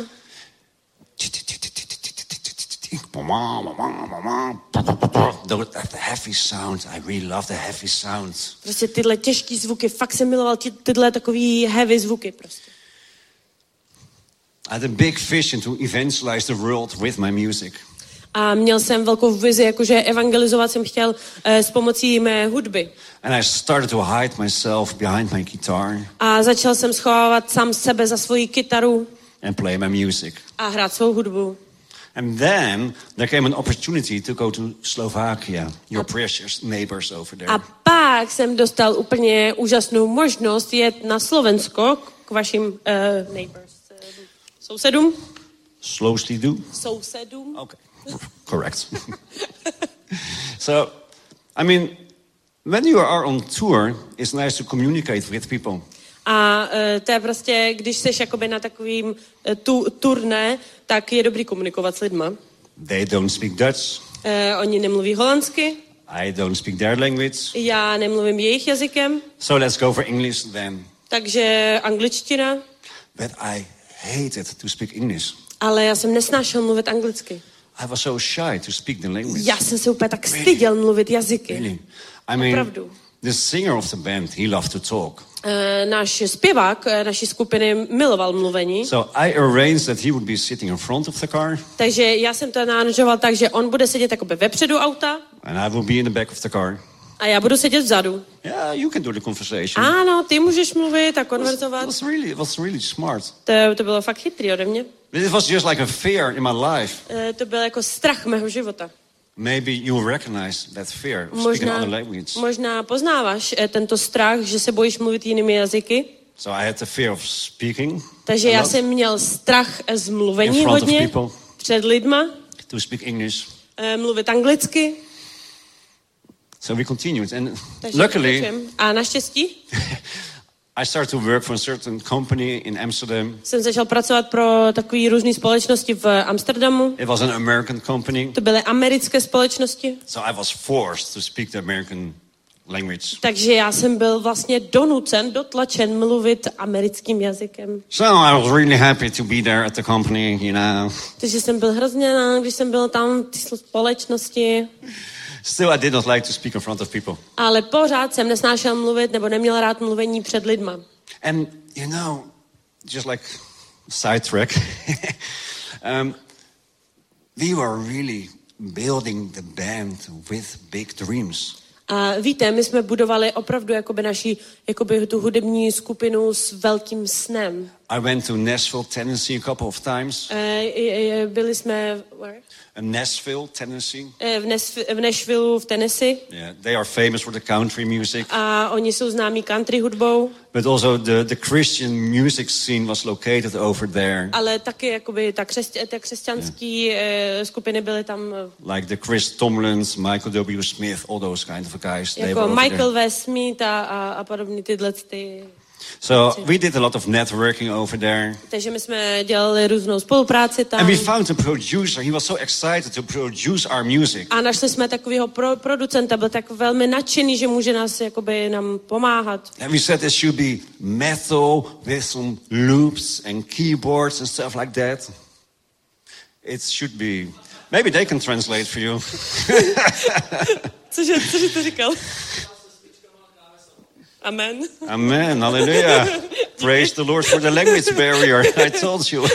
The heavy sounds, I really love the heavy sounds. Prostě tyhle těžký zvuky, fakt jsem miloval ty, tyhle takový heavy zvuky prostě. I had a big vision to evangelize the world with my music. A měl jsem velkou vizi, jakože evangelizovat jsem chtěl uh, s pomocí mé hudby. And I started to hide myself behind my guitar A začal jsem schovávat sám sebe za svoji kytaru and play my music. a hrát svou hudbu. And then there came an opportunity to go to Slovakia, your precious neighbors over there. A pak jsem dostal úplně úžasnou možnost jet na Slovensko k vašim uh, neighbors, uh, sousedům. Slowly do? Sousedům. Okay, correct. So, I mean, when you are on tour, it's nice to communicate with people. A uh, to je prostě, když seš jakoby na takovým uh, tu, turné, tak je dobrý komunikovat s lidma. They don't speak Dutch. Uh, oni nemluví holandsky, I don't speak their language. já nemluvím jejich jazykem, So let's go for English then. takže angličtina, But I hated to speak English. ale já jsem nesnášel mluvit anglicky. I was so shy to speak the language. Já jsem se úplně tak styděl mluvit jazyky. Really? I mean, Opravdu. the singer of the band, he loved to talk. Uh, náš zpěvák uh, naší skupiny miloval mluvení, So I arranged that he would be sitting in front of the car takže já jsem to naranžoval tak, že on bude sedět jakoby vepředu auta and I will be in the back of the car. a já budu sedět vzadu. Yeah, you can do the conversation. Ano, ty můžeš mluvit a It konverzovat. was really, it was really smart. To, to bylo fakt chytrý ode mě. But it was just like a fear in my life. Uh, to byl jako strach mého života. Maybe you recognize that fear of speaking Možná, another language. možná poznáváš eh, tento strach, že se bojíš mluvit jinými jazyky. So I had the fear of speaking. Takže a já lot, jsem měl strach z in mluvení front of hodně people, před lidma, to speak English. eh, mluvit anglicky. So we continued. And Takže luckily, pokračujem. A naštěstí I started to work for a certain company in Amsterdam. jsem začal pracovat pro takové různé společnosti v Amsterdamu. It was an American company. To byly americké společnosti. So I was forced to speak the American language. Takže já jsem byl vlastně donucen, dotlačen mluvit americkým jazykem. So I was really happy to be there at the company, you know. Takže jsem byl hrozně rád, když jsem byl tam v té společnosti. Still, I did not like to speak in front of people. Ale pořád jsem nesnášel mluvit nebo neměl rád mluvení před lidma. And, you know, just like sidetrack, um, we were really building the band with big dreams. A víte, my jsme budovali opravdu jakoby naši, jakoby tu hudební skupinu s velkým snem. I went to Nashville, Tennessee a couple of times. E, byli jsme where? In Nashville, Tennessee. E, v, Nes- v Nashville v Tennessee. Yeah, they are famous for the country music. A oni jsou známí country hudbou. But also the, the Christian music scene was located over there. Ale taky jakoby ta, křesť, ta křesťanský yeah. skupiny byly tam. Like the Chris Tomlins, Michael W. Smith, all those kind of guys. They were Jako over Michael there. W. Smith a, a, a podobný tyhle ty. So we did a lot of networking over there. Takže my jsme dělali různou spolupráci tam. And we found a producer. He was so excited to produce our music. A našli jsme takového pro, producenta, byl tak velmi nadšený, že může nás jakoby nám pomáhat. And we said it should be metal with some loops and keyboards and stuff like that. It should be. Maybe they can translate for you. Cože, cože to říkal? Amen. Amen. Hallelujah. Praise the Lord for the language barrier. I told you.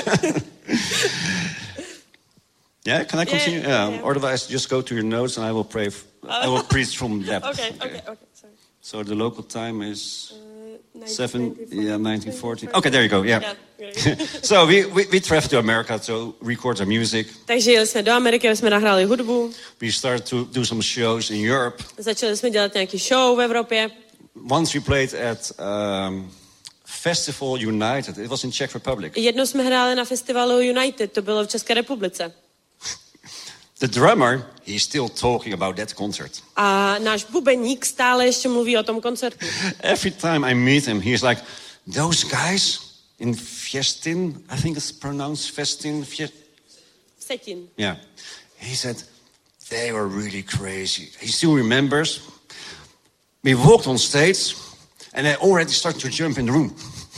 Yeah, can I continue? Yeah, Yeah, yeah. Or otherwise, just go to your notes and I will pray. F- I will preach from that. Okay, okay, okay. Sorry. So the local time is Uh, seven. nineteen Yeah, nineteen fourteen. Okay, there you go. Yeah. Yeah. So we, we we traveled to America to record our music. Takže jeli jsme do Ameriky, jsme nahráli hudbu, We started to do some shows in Europe. začali jsme dělat nějaký show v Evropě. Once we played at um, Festival United. It was in Czech Republic. Jednou jsme hráli na festivalu United, to bylo v České republice. The drummer, he's still talking about that concert. A náš bubeník stále ještě mluví o tom koncertu. Every time I meet him, he's like, those guys in Fiestin, I think it's pronounced Festin, Fiest- Vsetin. yeah. He said, they were really crazy. He still remembers. We walked on stage and they already started to jump in the room.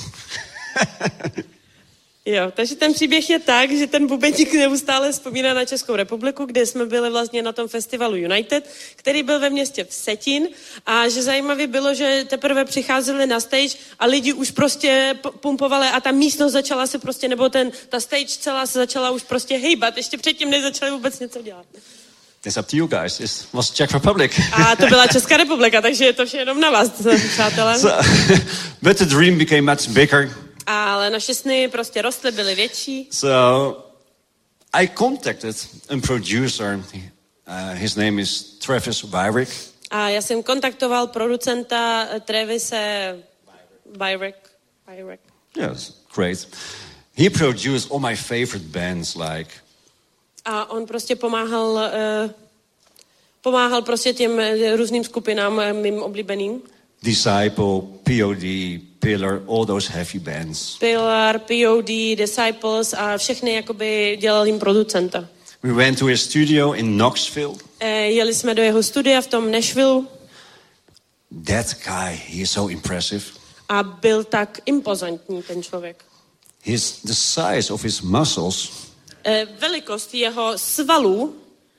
Jo, takže ten příběh je tak, že ten bubeník neustále vzpomíná na Českou republiku, kde jsme byli vlastně na tom festivalu United, který byl ve městě Vsetín, a že zajímavé bylo, že teprve přicházeli na stage a lidi už prostě pumpovali a ta místnost začala se prostě, nebo ten, ta stage celá se začala už prostě hejbat, ještě předtím, než začali vůbec něco dělat. It's up to you guys. It was Czech Republic. A to byla Česká republika, takže je to vše jenom na vás, přátelé. So, but the dream became much bigger. Ale naše sny prostě rostly, byly větší. So I contacted a producer. Uh, his name is Travis Wyrick. A já jsem kontaktoval producenta Travise Wyrick. Wyrick. Yes, great. He produced all my favorite bands, like. A on prostě pomáhal, uh, pomáhal prostě těm různým skupinám uh, mým oblíbeným. Disciple, P O D, Pillar, all those heavy bands. Pillar, P O D, Disciples a všechny jakoby dělal jim producenta. We went to his studio in Knoxville. Uh, jeli jsme do jeho studia v tom Nashville. That guy, he is so impressive. A byl tak impozantní ten člověk. His, the size of his muscles. Uh, velikost jeho svalů.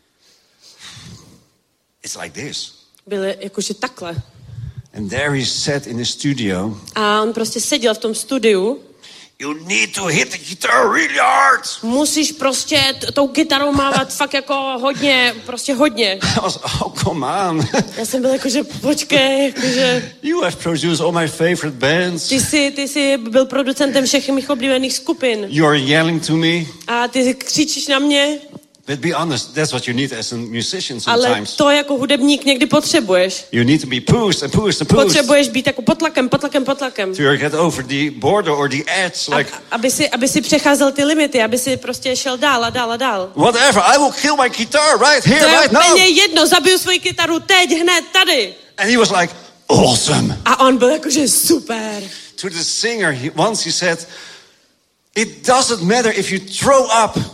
It's like this. Byly jakože takhle. And there he sat in the studio. A on prostě seděl v tom studiu. You need to hit the guitar really hard. Musíš prostě t- tou kytarou mávat fakt jako hodně, prostě hodně. I was, oh, come on. Já jsem byl jakože, počkej, jakože... You have produced all my favorite bands. Ty jsi, ty jsi byl producentem všech mých oblíbených skupin. You are yelling to me. A ty křičíš na mě. But be honest, that's what you need as a musician Ale sometimes. to jako hudebník někdy potřebuješ. You need to be pushed and pushed and pushed. Potřebuješ být jako pod tlakem, pod tlakem, pod tlakem. To get over the border or the edge, like. A, aby si, aby si přecházel ty limity, aby si prostě šel dál a dál a dál. Whatever, I will kill my guitar right here, To je right now. úplně jedno, zabiju svoji kytaru teď, hned, tady. And he was like, awesome. A on byl jakože super. To the singer, he, once he said, it doesn't matter if you throw up.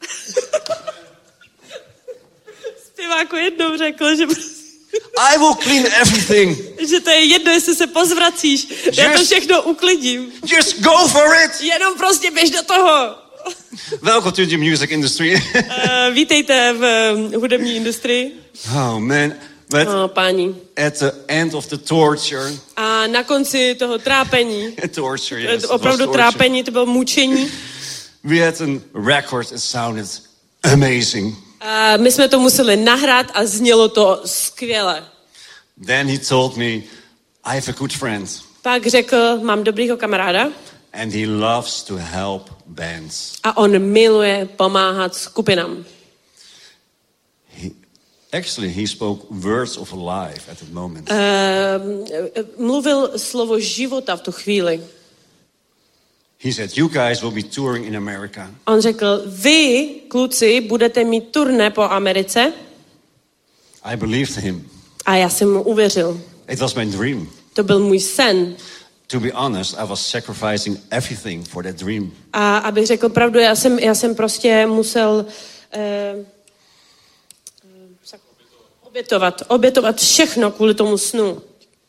Zpěváku jednou řekl, že, I will clean everything. že to je jedno, jestli se pozvracíš. Just, já to všechno uklidím. Just go for it. Jenom prostě běž do toho. Welcome to the music industry. uh, vítejte v um, hudební industrii. Oh man, but oh, páni. at the end of the torture. A na konci toho trápení. torture, yes. Opravdu trápení, to bylo mučení. We had a record that sounded amazing. A my jsme to museli nahrát a znělo to skvěle. Then he told me, I have a good friend. Pak řekl, mám dobrýho kamaráda. And he loves to help bands. A on miluje pomáhat skupinám. He, actually, he spoke words of life at that moment. Uh, mluvil slovo života v tu chvíli. He said, you guys will be touring in America. On řekl, vy, kluci, budete mít turné po Americe. I believed him. A já jsem mu uvěřil. It was my dream. To byl můj sen. To be honest, I was sacrificing everything for that dream. A abych řekl pravdu, já jsem, já jsem prostě musel uh, obětovat, obětovat všechno kvůli tomu snu.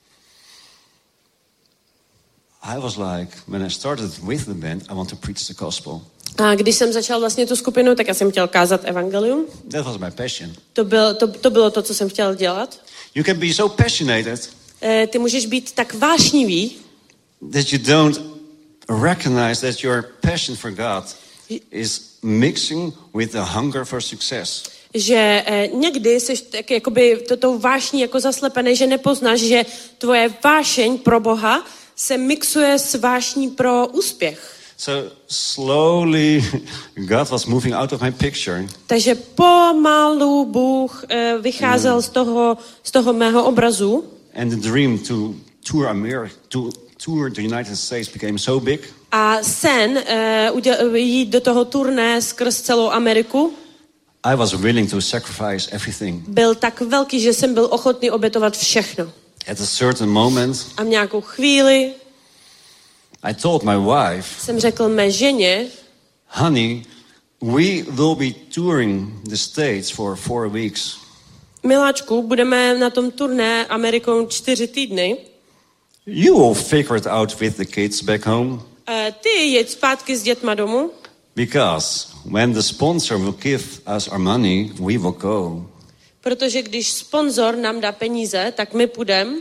I was like, when I started with the band, I want to preach the gospel. A když jsem začal vlastně tu skupinu, tak já jsem chtěl kázat evangelium. That was my passion. To, byl, to, to bylo to, co jsem chtěl dělat. You can be so passionate E, ty můžeš být tak vášnivý, that you don't recognize that your passion for God is mixing with the hunger for success. že e, někdy jsi tak jakoby to, tou vášní jako zaslepený, že nepoznáš, že tvoje vášeň pro Boha se mixuje s vášní pro úspěch. So slowly God was moving out of my picture. Takže pomalu Bůh e, vycházel mm. z toho, z toho mého obrazu. And the dream to tour America, to tour the United States became so big. A sen e, uděl, jít do toho turné skrz celou Ameriku I was willing to sacrifice everything. byl tak velký, že jsem byl ochotný obětovat všechno. At a certain moment, A v nějakou chvíli I told my wife, jsem řekl mé ženě, honey, We will be touring the States for four weeks. Miláčku, budeme na tom turné Amerikou čtyři týdny. You will figure it out with the kids back home. Uh, ty jeď zpátky s dětma domů. Because when the sponsor will give us our money, we will go. Protože když sponzor nám dá peníze, tak my půjdeme.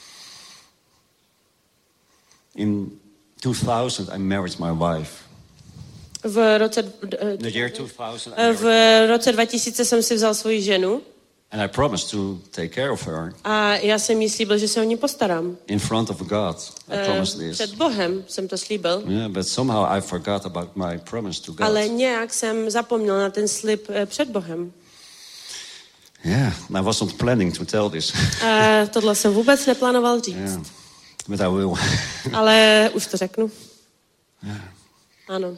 In two thousand, I married my wife. V roce, In the year two thousand, I v married. roce dva tisíce jsem si vzal svoji ženu And I promised to take care of her a já jsem jí slíbil, že se o ní postarám. in front of God. I Eh, promised this. Před Bohem jsem to slíbil, Yeah, but somehow I forgot about my promise to God. ale nějak jsem zapomněl na ten slib eh, před Bohem. Yeah, I was not planning to tell this. A tohle jsem vůbec neplánoval říct, Yeah, but I will. ale už to řeknu. Yeah. Ano.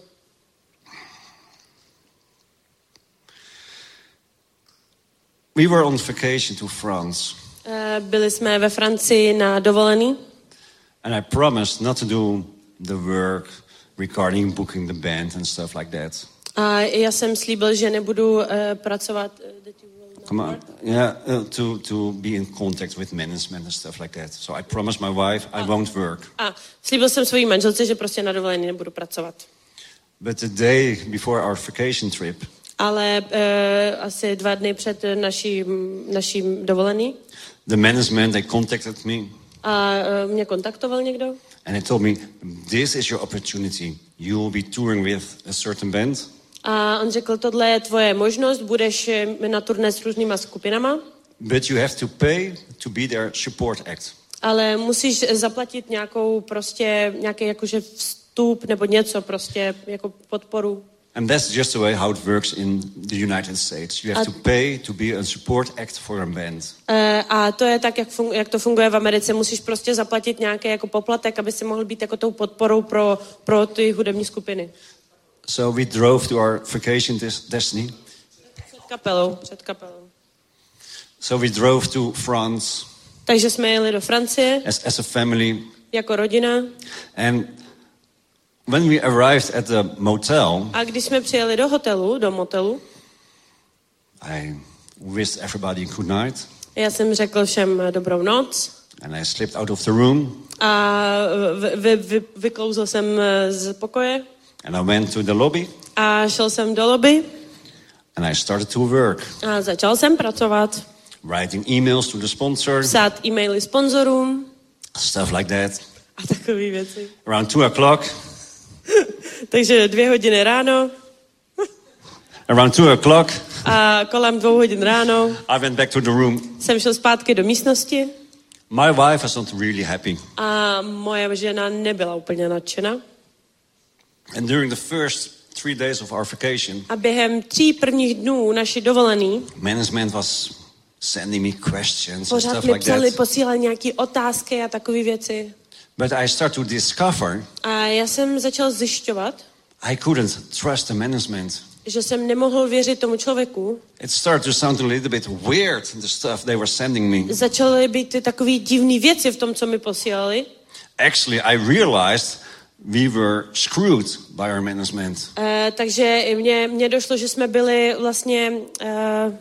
We were on vacation to France, Eh, Byli jsme ve Francii na dovolený and I promised not to do the work regarding booking the band and stuff like that. a já jsem slíbil, že nebudu eh, pracovat eh, that you will not Come on, work. yeah, uh, to to be in contact with management and stuff like that. So I promised my wife I won't work. A slíbil jsem svojí manželce, že prostě na dovolený nebudu pracovat. But the day before our vacation trip, Ale uh, asi dva dny před naší, naší dovolený the management, they contacted me a uh, mě kontaktoval někdo and they told me, this is your opportunity. You will be touring with a certain band. a on řekl, tohle je tvoje možnost, budeš eh, na turné s různýma skupinama, But you have to pay to be their support act. ale musíš zaplatit nějakou prostě, nějaký jakože vstup nebo něco prostě jako podporu. And that's just the way how it works in the United States. You have A- to pay to be a support act for a band. Eh, A to je tak, jak, fun- jak to funguje v Americe. Musíš prostě zaplatit nějaký jako poplatek, aby si mohl být jako tou podporou pro, pro ty hudební skupiny. So we drove to our vacation des- destiny. Před kapelou, před kapelou. So we drove to France Takže jsme jeli do Francie as, as a family. jako rodina And when we arrived at the motel, a když jsme přijeli do hotelu, do motelu, I wished everybody good night. já jsem řekl všem dobrou noc And I slipped out of the room. a vy, vy, vy, vyklouzl jsem z pokoje And I went to the lobby. a šel jsem do lobby And I started to work. a začal jsem pracovat, Writing emails to the sponsor. psát e-maily sponzorům Stuff like that. a takové věci. Around two o'clock. Takže dvě hodiny ráno Around two o'clock. a kolem dvou hodin ráno I went back to the room. jsem šel zpátky do místnosti My wife was not really happy. a moje žena nebyla úplně nadšená. And during the first three days of our vacation, A během tří prvních dnů naší dovolený management was sending me questions and pořád stuff mi like psali, that. posílali nějaké otázky a takové věci. But I started to discover A já jsem začal zjišťovat, I couldn't trust the management. že jsem nemohl věřit tomu člověku. It started to sound a little bit weird, the stuff they were sending me. Začaly být ty takové divné věci v tom, co mi posílali. Actually, I realized we were screwed by our management. Uh, takže mně, mně došlo, že jsme byli vlastně uh,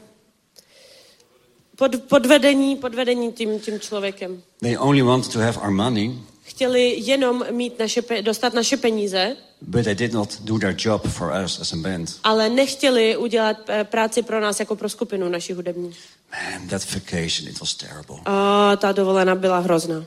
pod, podvedení, podvedení tím, tím člověkem. They only wanted to have our money, Chtěli jenom mít naše, pe- dostat naše peníze, but they did not do their job for us as a band. ale nechtěli udělat eh, práci pro nás jako pro skupinu naši hudební. Man, that vacation, it was terrible. A ta dovolená byla hrozná.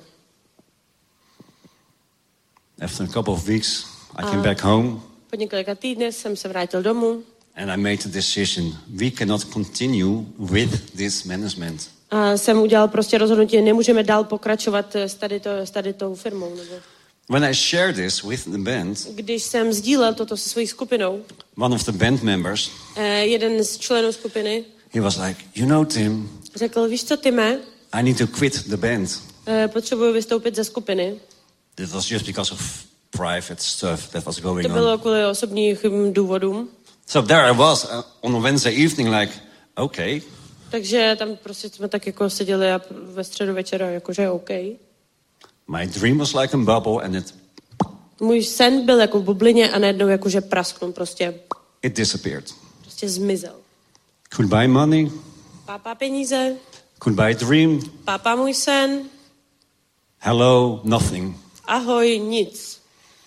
After a couple of weeks, I came back home Po několika týdnech jsem se vrátil domů and I made the decision, we cannot continue with this management. a jsem udělal prostě rozhodnutí, nemůžeme dál pokračovat s tady, to, s tady tou firmou. Nebo. When I shared this with the band, Když jsem sdílel toto se svojí skupinou, one of the band members, eh, jeden z členů skupiny he was like, you know, Tim, řekl, víš co, Time, I need to quit the band. eh, potřebuji vystoupit ze skupiny. It was just because of private stuff that was going To bylo on. kvůli osobních hm, důvodům. So there I was uh, on a Wednesday evening like, okay, Takže tam prostě jsme tak jako seděli a ve středu večera jakože OK. my dream was like a bubble and it Můj sen byl jako v bublině a najednou jakože prasknul prostě. it disappeared. Prostě zmizel. Could buy money, Pápa peníze, could buy a dream. pápa můj sen, Hello, nothing. ahoj, nic.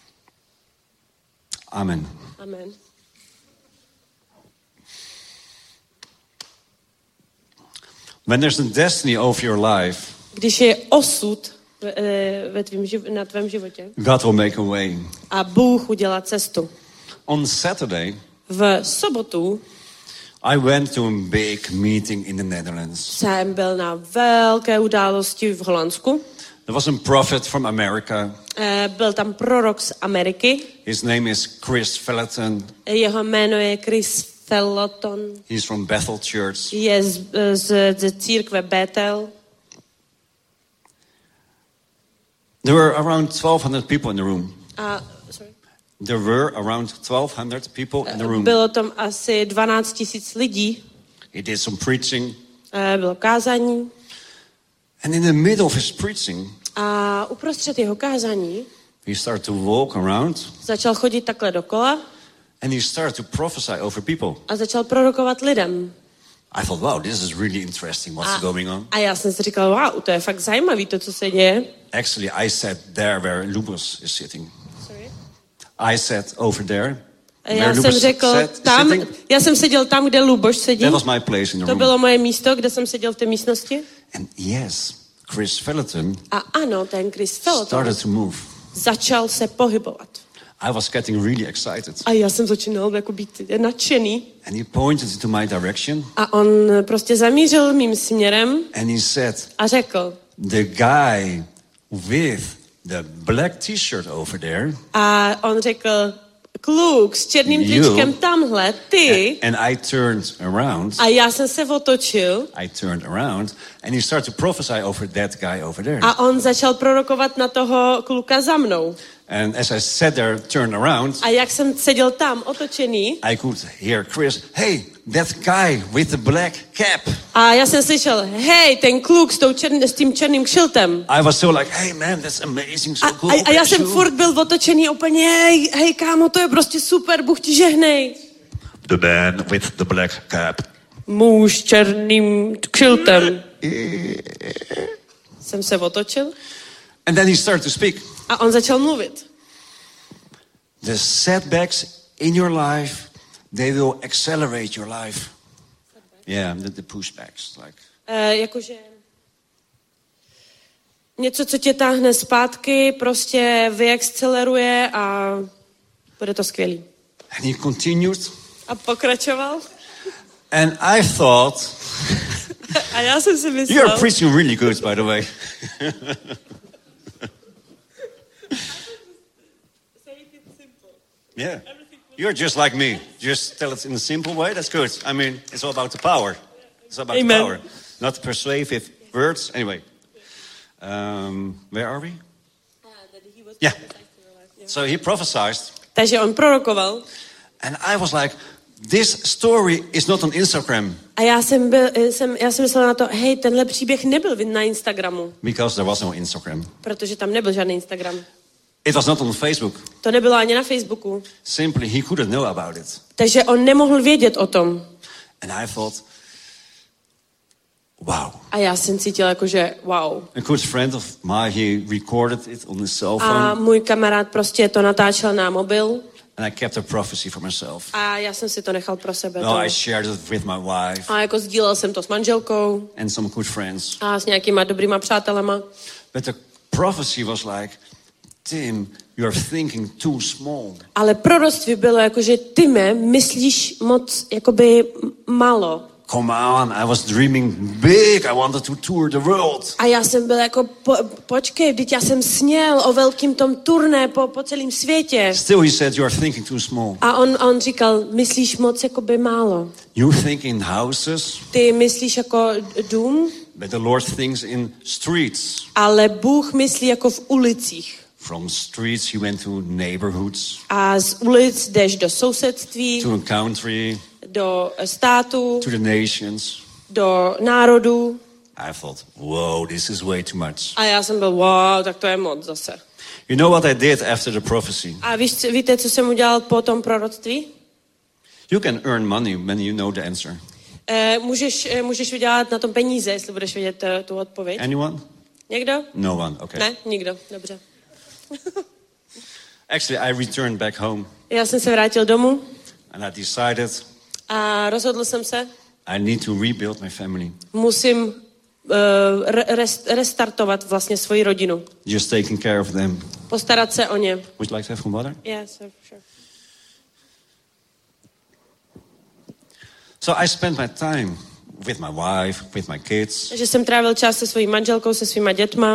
Amen. Amen. When there's a destiny over your life, Když je osud ve, ve tvým, živ- na tvém životě God will make a way. a Bůh udělá cestu. On Saturday, V sobotu I went to a big meeting in the Netherlands. jsem byl na velké události v Holandsku. There was a prophet from America. Eh, Byl tam prorok z Ameriky. His name is Chris Felton. Jeho jméno je Chris Felton. He's from Bethel Church. Je z, z, z církve Bethel. There were around twelve hundred people in the room. A, sorry. There were around twelve hundred people in the room. Bylo tam asi dvanáct tisíc lidí. He did some preaching. Eh, Bylo kázání. And in the middle of his preaching, A uprostřed jeho kázání he started to walk around začal chodit takhle dokola and he started to prophesy over people. a začal prorokovat lidem. I thought, wow, this is really interesting. What's A, going on? a já jsem si říkal, wow, to je fakt zajímavý, to, co se děje. Actually, I sat there where Lubos is sitting. Sorry? I sat over there. A where já jsem Lubos řekl, sat, tam, sitting. já jsem seděl tam, kde Luboš sedí. That was my place in the To room. bylo moje místo, kde jsem seděl v té místnosti. And yes, Chris Felton A ano, ten Chris Felton started to move. začal se pohybovat. I was getting really excited. A já jsem začínal jako být nadšený. And he pointed into my direction A on prostě zamířil mým směrem and he said, a řekl, the guy with the black t-shirt over there, a on řekl, kluk s černým You. tričkem tamhle, ty. and I turned around, A já jsem se otočil I turned around, and he started to prophesy over that guy over there. a on začal prorokovat na toho kluka za mnou. And as I sat there, turned around, A jak jsem seděl tam otočený, I could hear Chris, hey, that guy with the black cap. a já jsem slyšel, hej, ten kluk s, tou čern, s tím černým kšiltem. I was so like, hey man, that's amazing, A, so cool. a, a já bless jsem you." furt byl otočený úplně, hej, hej kámo, to je prostě super, Bůh ti žehnej. The man with the black cap. Muž s černým kšiltem. Jsem se otočil And then he started to speak. a on začal mluvit. The setbacks in your life, they will accelerate your life. Yeah, the, the pushbacks, like. E, jakože něco, co tě táhne zpátky, prostě vyakceleruje a bude to skvělý. And he continued. A pokračoval. And I thought, A já jsem si myslel, you're preaching really good, by the way. Yeah. You're just like me. Just tell it in a simple way. That's good. I mean, it's all about the power. It's all about Amen. the power. Not persuasive words. Anyway. Um, where are we? Yeah. So he prophesied. Takže on prorokoval. And I was like, this story is not on Instagram. A já jsem, byl, jsem, já jsem myslela na to, hej, tenhle příběh nebyl na Instagramu, Because there was no Instagram. protože tam nebyl žádný Instagram. It was not on Facebook. To nebylo ani na Facebooku. Simply, he couldn't know about it. Takže on nemohl vědět o tom. And I thought, wow. A já jsem cítil jako, že wow. A good friend of mine, he recorded it on his cell A phone. můj kamarád prostě to natáčel na mobil And I kept the prophecy for myself. a já jsem si to nechal pro sebe. No, To. I shared it with my wife A jako sdílel jsem to s manželkou and some good friends. a s nějakýma dobrýma přátelema. But the prophecy was like, Tim, you're thinking too small. Ale proroctví bylo jako, že ty me myslíš moc jakoby m- málo. Come on, I was dreaming big. I wanted to tour the world. A já jsem byl jako, po, počkej, vždyť já jsem sněl o velkým tom turné po, po celém světě. Still, he said, you're thinking too small. A on, on říkal, myslíš moc jakoby málo. You think in houses, Ty myslíš jako dům, but the Lord thinks in streets. ale Bůh myslí jako v ulicích. From streets, he went to neighborhoods, A z ulic jdeš do sousedství, to a country, do státu, to the nations. do národů. I thought, whoa, this is way too much. A já jsem byl, wow, tak to je moc zase. You know what I did after the prophecy? A víš, víte, co jsem udělal po tom proroctví? You can earn money when you know the answer. Uh, můžeš, uh, můžeš vydělat na tom peníze, jestli budeš vědět uh, tu odpověď. Anyone? Někdo? No one, okay. Ne, nikdo, dobře. Actually, I returned back home. Já jsem se vrátil domů. And I decided a rozhodl jsem se, I need to rebuild my family. Musím uh, rest, restartovat vlastně svoji rodinu. Just taking care of them. Postarat se o ně. Would you like to have some water? Yes, sure. So I spent my time with my wife, with my kids. Takže jsem trávil čas se svojí manželkou, se svýma dětma.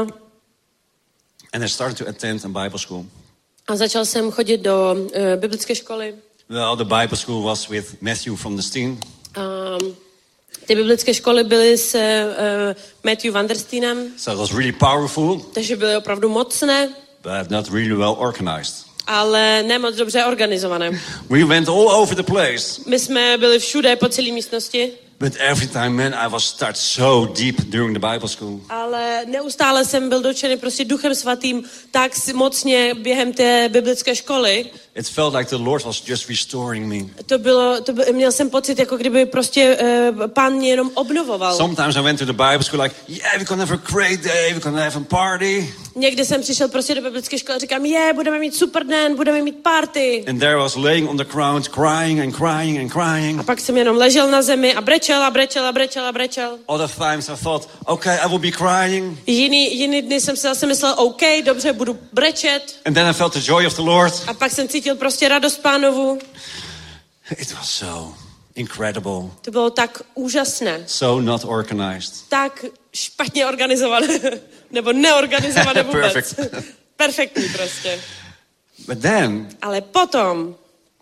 And I started to attend a Bible school. A začal jsem chodit do uh, biblické školy. Well, the Bible school was with Matthew from the Steen. Um, ty biblické školy byly s uh, Matthew van der Steenem. So it was really powerful. Takže byly opravdu mocné. But not really well organized. Ale ne moc dobře organizované. We went all over the place. My jsme byli všude po celé místnosti. But every time, man, I was touched so deep during the Bible school. Ale neustále jsem byl dotčený prostě Duchem Svatým tak mocně během té biblické školy. It felt like the Lord was just restoring me. To bylo, to byl, měl jsem pocit, jako kdyby prostě uh, Pán mě jenom obnovoval. Sometimes I went to the Bible school like, yeah, we're gonna have a great day, we're gonna have a party. Někdy jsem přišel prostě do biblické školy a říkám, je, yeah, budeme mít super den, budeme mít party. And there I was laying on the ground, crying and crying and crying. A pak jsem jenom ležel na zemi a brečel a brečel a brečel a brečel. Other times I thought, okay, I will be crying. Jiný, jiný dny jsem si zase myslel, OK, dobře, budu brečet. And then I felt the joy of the Lord. A pak jsem cítil prostě radost Pánovu. It was so incredible. To bylo tak úžasné. So not organized. Tak špatně organizované. Nebo neorganizované vůbec. Perfect. Perfektní prostě. But then Ale potom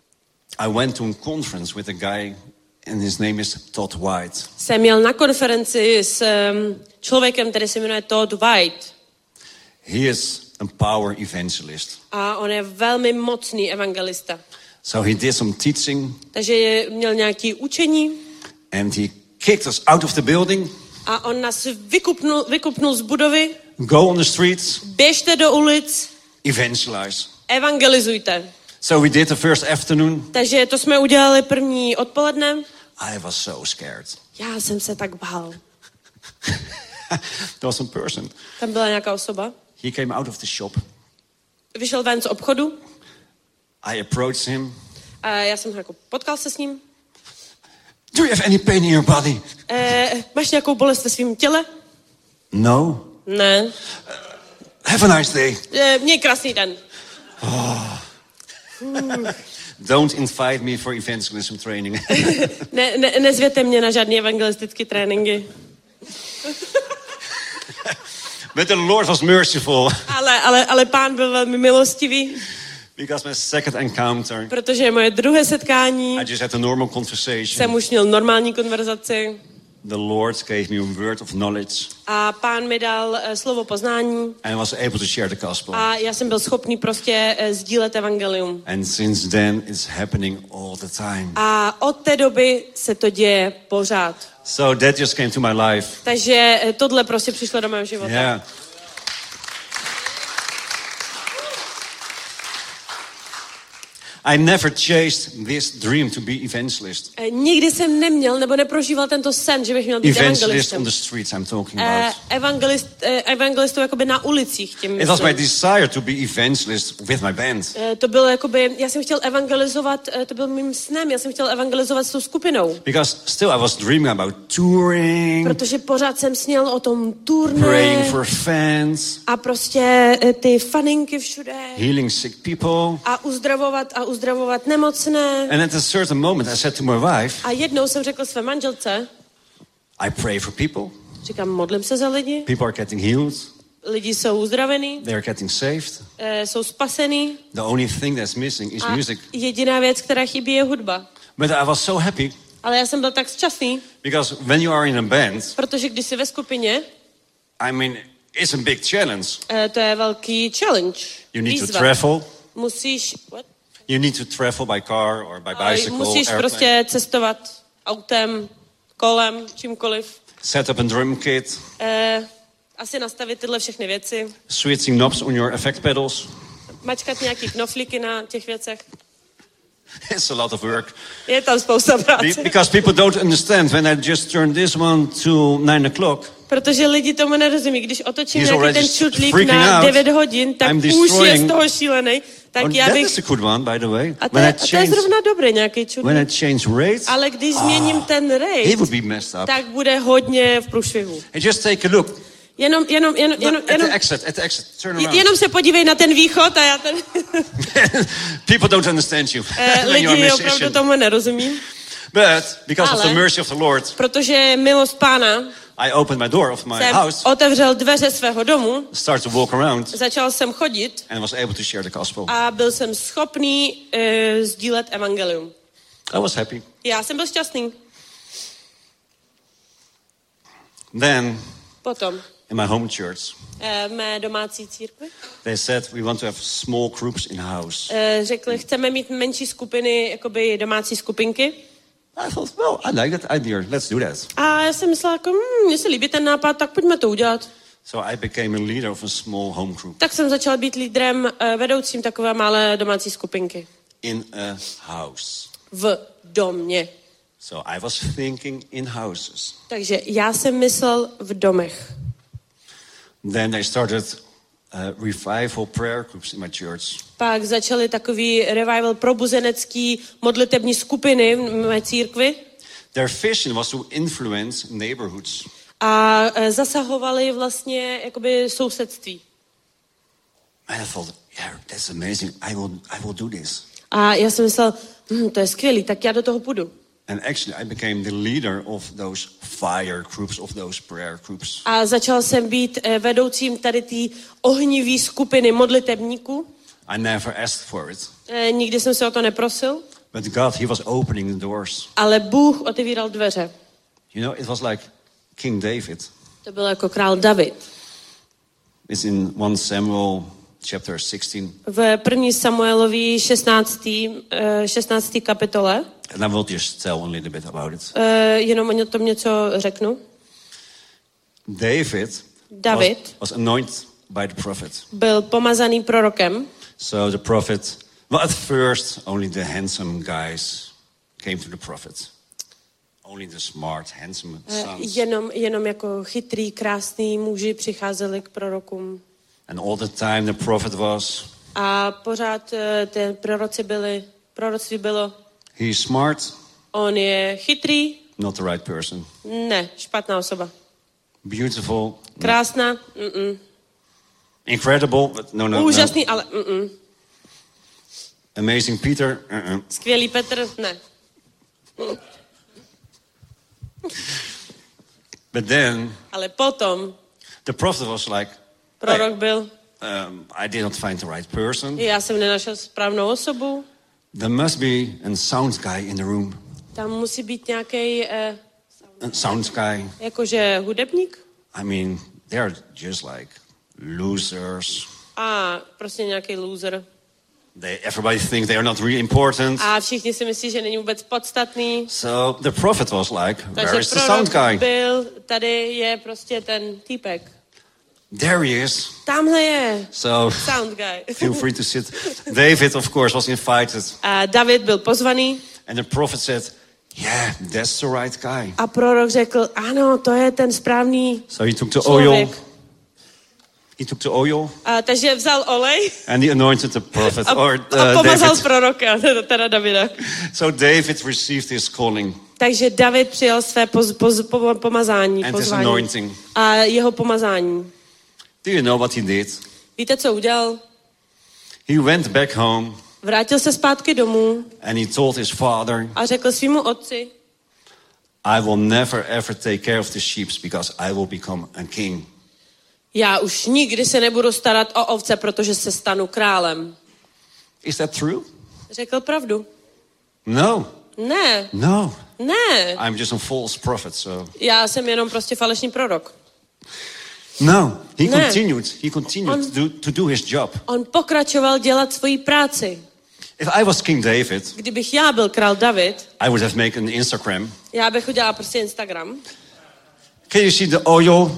I went to a conference with a guy and his name is Todd White. Jsem jel na konferenci s um, člověkem, který se jmenuje Todd White. He is a power evangelist. A on je velmi mocný evangelista. So he did some teaching. Takže je, měl nějaké učení. And he kicked us out of the building. A on nás vykupnul, vykupnul z budovy. Go on the streets. Běžte do ulic. Evangelize. Evangelizujte. So we did the first afternoon. Takže to jsme udělali první odpoledne. I was so scared. Já jsem se tak bál. There was some person. Tam byla nějaká osoba. He came out of the shop. Vyšel ven z obchodu. I approached him. A já jsem ho jako potkal se s ním. Do you have any pain in your body? E, máš nějakou bolest ve svém těle? No. Ne. Uh, have a nice day. E, měj krásný den. Oh. Don't invite me for evangelism training. ne, ne, nezvěte mě na žádný evangelistický tréninky. But the Lord was merciful. ale, ale, ale Pán byl velmi milostivý. Because my second encounter, protože moje druhé setkání I just had a normal conversation. Jsem už měl normální konverzaci. The Lord gave me a word of knowledge. A Pán mi dal uh, slovo poznání. And I was able to share the gospel. A já jsem byl schopný prostě uh, sdílet evangelium. And since then it's happening all the time. A od té doby se to děje pořád. So that just came to my life. Takže uh, tohle prostě přišlo do mého života. Yeah. I never chased this dream to be evangelist. Nikdy jsem neměl nebo neprožíval tento sen, že bych měl být evangelist evangelistem. on the streets I'm talking about. Uh, evangelist, uh, evangelistou jakoby na ulicích tím It was my desire to be evangelist with my band. Uh, to bylo jakoby, já jsem chtěl evangelizovat, uh, to byl mým snem, já jsem chtěl evangelizovat s tou skupinou. Because still I was dreaming about touring. Protože pořád jsem sněl o tom turné. Praying for fans. A prostě uh, ty faninky všude. Healing sick people. A uzdravovat a uzdravovat nemocné. And at a certain moment I said to my wife. A jednou jsem řekl své manželce. I pray for people. Říkám, modlím se za lidi. People are getting healed. Lidi jsou uzdravení. They are getting saved. Uh, jsou spasení. The only thing that's missing is a music. Jediná věc, která chybí, je hudba. But I was so happy. Ale já jsem byl tak šťastný. Because when you are in a band. Protože když jsi ve skupině. I mean, it's a big challenge. Uh, to je velký challenge. You need Výzva. to travel. Musíš. What? You need to travel by car or by bicycle. Musíš airplane. prostě cestovat autem, kolem, čímkoliv. Set up a drum kit. Uh, asi nastavit tyhle všechny věci. Switching knobs on your effect pedals. Mačkat nějaký knoflíky na těch věcech. It's a lot of work. Je tam spousta práce. Because people don't understand when I just turn this one to nine o'clock. Protože lidi tomu nerozumí. Když otočím He's nějaký ten čutlík na devět hodin, tak už je z toho šílený. Tak oh, já bych... That is a good one, by the way. A to, je, a to je zrovna dobrý nějaký čutlík. When I change rate, ale když změním ah, ten rate, he would be messed up. tak bude hodně v průšvihu. And just take a look. Jenom, jenom, jenom, jenom, at the exit, at the exit. Turn around. Jenom se podívej na ten východ a já ten... People don't understand you. uh, lidi opravdu tomu nerozumí. But because ale, of the mercy of the Lord, protože milost Pána, I opened my door of my jsem house, otevřel dveře svého domu, started to walk around, začal jsem chodit and was able to share the gospel. A byl jsem schopný uh, sdílet evangelium. I was happy. Já jsem byl šťastný. Then, potom, in my home church, uh, v mé domácí církvi, they said we want to have small groups in house. Uh, řekli, chceme mít menší skupiny, jakoby domácí skupinky. I thought, well, I like that idea. Let's do that. A já jsem myslela, jako, hm, mně se líbí ten nápad, tak pojďme to udělat. So I became a leader of a small home group. Tak jsem začal být lídrem, uh, vedoucím takové malé domácí skupinky. In a house. V domě. So I was thinking in houses. Takže já jsem myslel v domech. Then they started uh, revival prayer groups in my church. Pak začaly takový revival probuzenecký modlitební skupiny v mé církvi. Their vision was to influence neighborhoods. A zasahovali vlastně jakoby sousedství. And I thought, yeah, that's amazing. I will, I will do this. A já jsem myslel, hm, to je skvělý, tak já do toho půjdu. And actually I became the leader of those fire groups, of those prayer groups. A začal jsem být vedoucím tady té ohnivý skupiny modlitebníků. I never asked for it. E, nikdy jsem se o to neprosil. But God, he was opening the doors. Ale Bůh otevíral dveře. You know, it was like King David. To byl jako král David. It's in First Samuel chapter sixteen. V první Samuelovi šestnácté kapitole. And I will just tell a little bit about it. Uh, jenom o tom něco řeknu. David, David was, was anointed by the prophet. Byl pomazaný prorokem. So the prophet, well, at first only the handsome guys came to the prophet. Only the smart, handsome sons. Uh, jenom, jenom jako chytrý, krásný muži přicházeli k prorokům. And all the time the prophet was. A pořád uh, ty proroci byli, proroctví bylo. He is smart. On je chytrý. Not the right person. Ne, špatná osoba. Beautiful. Krásná. Mm-mm. Incredible, but no, no, Úžasný, no. ale mm-mm. Amazing Peter. Uh-uh. Skvělý Petr, ne. But then. Ale potom. The prophet was like. Prorok hey, byl. Um, I did not find the right person. Já jsem nenašel správnou osobu. There must be a sound guy in the room. Tam musí být nějaký uh, sound guy. Jakože hudebník? I mean, they are just like losers. A prostě nějaký loser. They, everybody thinks they are not really important. A všichni si myslí, že není vůbec podstatný. So the prophet was like, takže where is the sound guy? Byl, tady je prostě ten týpek. There he is. Tamhle je. So sound guy. Feel free to sit. David, of course, was invited. A David byl pozvaný. And the prophet said, yeah, that's the right guy. A prorok řekl, ano, to je ten správný So he took the člověk. oil. He took the oil. A, takže vzal olej. And he anointed the prophet. A, or, uh, a pomazal David. proroka, teda Davida. So David received his calling. Takže David přijal své poz, poz, po, pomazání, and pozvání. his anointing. A jeho pomazání. Do you know what he did? Víte, co udělal? He went back home. Vrátil se zpátky domů. And he told his father. A řekl svýmu otci. I will never ever take care of the sheep because I will become a king. Já už nikdy se nebudu starat o ovce, protože se stanu králem. Is that true? Řekl pravdu. No. Ne. No. Ne. I'm just a false prophet, so. Já jsem jenom prostě falešný prorok. No, he ne. continued. He continued on, to, do, to do his job. On pokračoval dělat svoji práci. If I was King David, kdybych já byl král David, I would have made an Instagram. Já bych udělala prostě Instagram. Can you see the oil?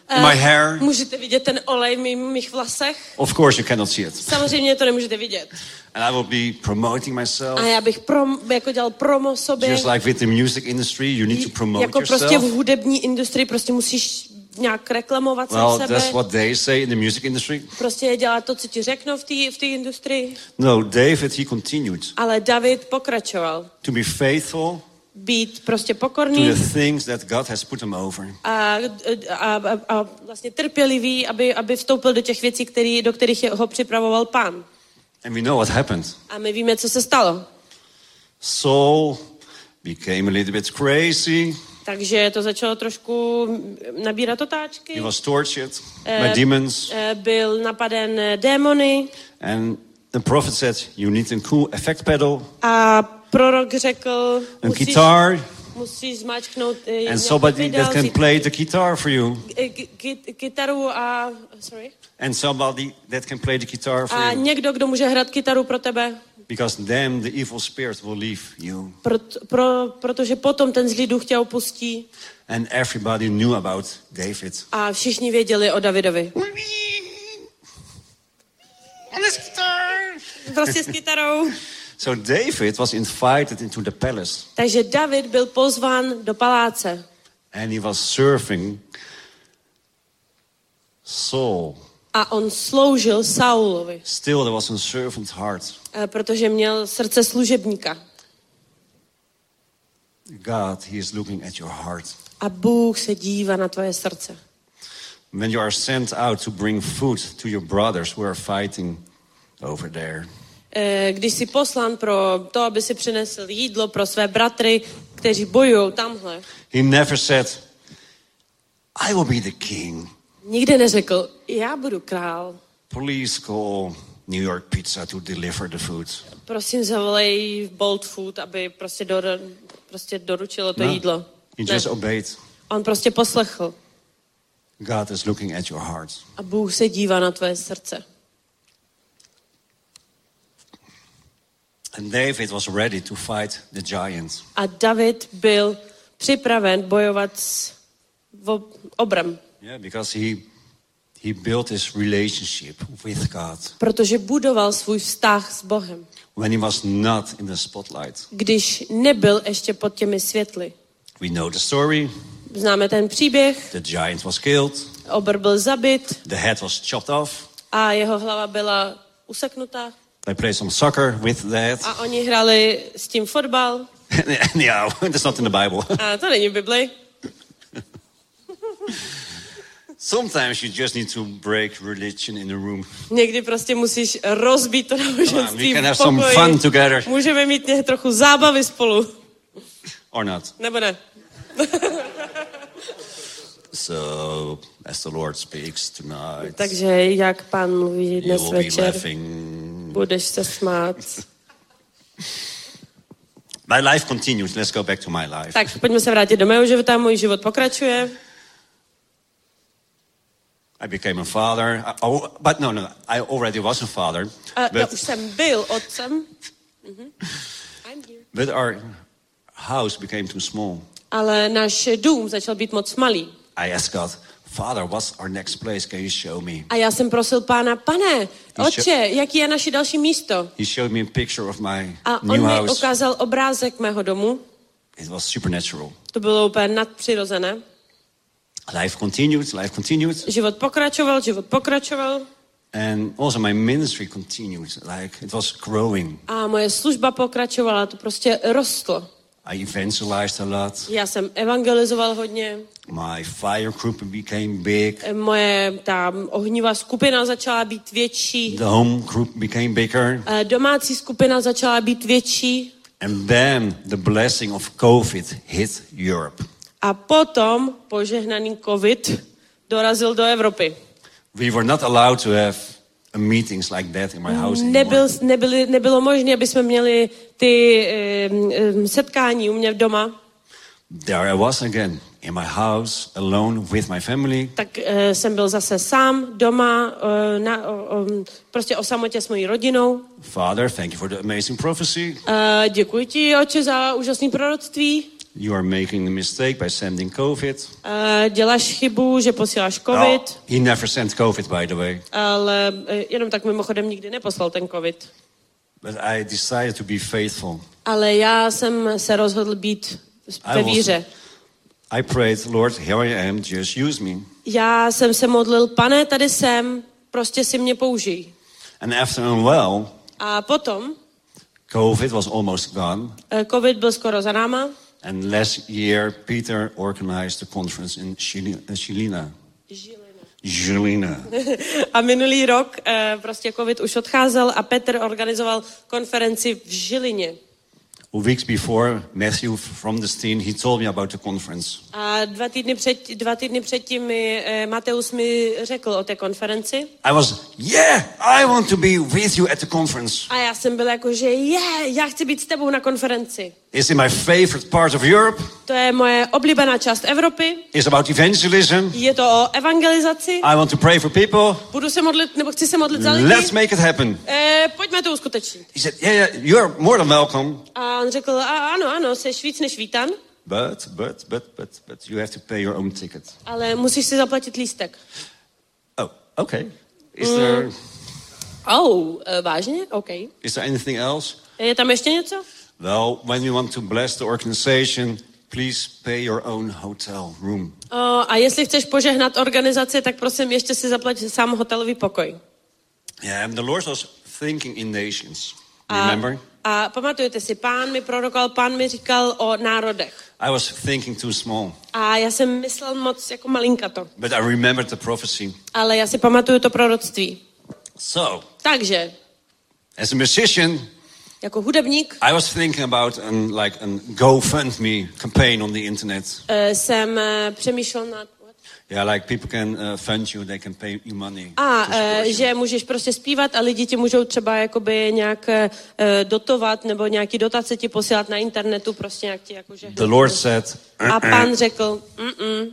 in my hair. Můžete vidět ten olej v mých, mých vlasech? Of course you cannot see it. Samozřejmě to nemůžete vidět. And I will be promoting myself. A já bych prom, jako dělal promo sobě. Just like with the music industry, you need to promote jako yourself. prostě v hudební industrii prostě musíš nějak reklamovat well, sebe. That's what they say in the music industry. Prostě dělat to, co ti řeknou v té v té industrii. No, David, he continued. Ale David pokračoval. To be faithful. Být prostě pokorný. To the things that God has put him over. A, a, a, a vlastně trpělivý, aby, aby vstoupil do těch věcí, který, do kterých ho připravoval Pán. And we know what happened. A my víme, co se stalo. Saul became a little bit crazy. Takže to začalo trošku nabírat otáčky. He was tortured uh, by demons. Uh, byl napaden démony. And the prophet said, you need a cool effect pedal. A prorok řekl, a musíš, guitar. musíš zmáčknout uh, and somebody that can play the guitar for you. Kytaru a sorry. And somebody that can play the guitar for a you. někdo, kdo může hrát kytaru pro tebe. Because then the evil spirit will leave you. Prot, pro, protože potom ten zlý duch tě opustí. And everybody knew about David. A všichni věděli o Davidovi. Prostě s kytarou. So David was invited into the palace. Takže David byl pozván do paláce. And he was serving Saul. A on sloužil Saulovi. Still there was a servant heart. Protože měl srdce služebníka. God, he is looking at your heart. A Bůh se dívá na tvoje srdce. When you are sent out to bring food to your brothers who are fighting over there. Když jsi poslán pro to, aby si přinesl jídlo pro své bratry, kteří bojují tamhle. He never said, I will be the king. Nikdy neřekl, já budu král. Please call New York Pizza to deliver the food. Prosím, zavolej Bolt Food, aby prostě, do, prostě doručilo to no, jídlo. He ne. just obeyed. On prostě poslechl. God is looking at your heart. A Bůh se dívá na tvoje srdce. And David was ready to fight the giants. A David byl připraven bojovat s obrem. Yeah, because he he built his relationship with God. Protože budoval svůj vztah s Bohem. When he was not in the spotlight. Když nebyl ještě pod těmi světly. We know the story. Známe ten příběh. The giant was killed. Obr byl zabit. The head was chopped off. A jeho hlava byla useknutá. They played some soccer with that. A oni hráli s tím fotbal. Yeah, that's not in the Bible. A to není v Bibli. Sometimes you just need to break religion in a room. Někdy prostě musíš rozbít to náboženství v pokoji. Some fun together. Můžeme mít trochu zábavy spolu. Or not. Nebo ne. So, as the Lord speaks tonight. Takže jak Pán mluví dnes večer, budeš se smát. My life continues. Let's go back to my life. Tak, pojďme se vrátit do mého života. Můj život pokračuje. I became a father. I, oh, but no, no, I already was a father. Uh, but, já už jsem byl otcem. Mm-hmm. I'm here. But our house became too small. Ale náš dům začal být moc malý. I asked God, Father, what's our next place? Can you show me? A já jsem prosil Pána, Pane, Otče, jaký je naše další místo? He showed me a picture of my a new on house. mi ukázal obrázek mého domu. It was supernatural. To bylo úplně nadpřirozené. Life continued, life continued. Život pokračoval, život pokračoval. And also my ministry continued, like it was growing. A moje služba pokračovala, to prostě rostlo. I evangelized a lot. Já jsem evangelizoval hodně. My fire group became big. Moje ta ohnivá skupina začala být větší. The home group became bigger. Domácí skupina začala být větší. And then the blessing of COVID hit Europe. A potom požehnaný COVID dorazil do Evropy. We were not allowed to have meetings like that in my house anymore. Nebyl, nebyli, nebylo možné, aby jsme měli ty um, um, setkání u mě doma. There I was again, in my house, alone with my family. Tak uh, jsem byl zase sám doma, uh, na, uh, um, prostě o samotě s mojí rodinou. Father, thank you for the amazing prophecy. Uh, děkuji ti, Otče, za úžasné proroctví. You are making the mistake by sending COVID. Uh, děláš chybu, že posíláš covid. No, he never sent COVID, by the way. Ale uh, jenom tak mimochodem nikdy neposlal ten covid. But I decided to be faithful. Ale já jsem se rozhodl být ve víře. I prayed, Lord, here I am, just use me. Já jsem se modlil, Pane, tady jsem, prostě si mě použij. And after a while, a potom COVID was almost gone. Covid byl skoro za náma. And last year, Peter organized a conference in Žilina. Žilina. A minulý rok prostě Covid už odcházel a Petr organizoval konferenci v Žilině. Weeks before, Matthew from the scene, he told me about the conference. A dva týdny před, dva týdny předtím mi eh, Mateus mi řekl o té konferenci. I was, yeah, I want to be with you at the conference. A já jsem byl jako, že yeah, já chci být s tebou na konferenci. It's in my favorite part of Europe. To je moje oblíbená část Evropy. It's about evangelism. Je to o evangelizaci. I want to pray for people. Budu se modlit, nebo chci se modlit za lidi. Let's make it happen. Eh, pojďme to uskutečnit. He said, yeah, yeah, you're more than welcome. A on řekl, a, ano, ano, jsi víc než vítan. But, but, but, but, but you have to pay your own ticket. Ale musíš si zaplatit lístek. Oh, okay. Is mm. there... Oh, uh, vážně? Okay. Is there anything else? Je tam ještě něco? Well, when we want to bless the organization, please pay your own hotel room. Oh, a jestli chceš požehnat organizaci, tak prosím, ještě si zaplať sám hotelový pokoj. Yeah, and the Lord was thinking in nations. Remember? A, a pamatujete si, pán mi prorokoval, pán mi říkal o národech. I was thinking too small. A já jsem myslel moc jako malinkato. But I remembered the prophecy. Ale já si pamatuju to proroctví. So, takže, as a musician, jako hudebník, I was thinking about an like an GoFundMe campaign on the internet. Uh, jsem uh, přemýšlel nad Yeah, like people can uh, fund you, they can pay you money. A uh, že můžeš prostě zpívat a lidi ti můžou třeba jakoby nějak uh, dotovat nebo nějaký dotace ti posílat na internetu, prostě nějak ti jakože. The Lord said. Uh-uh. A pán řekl, mm-mm.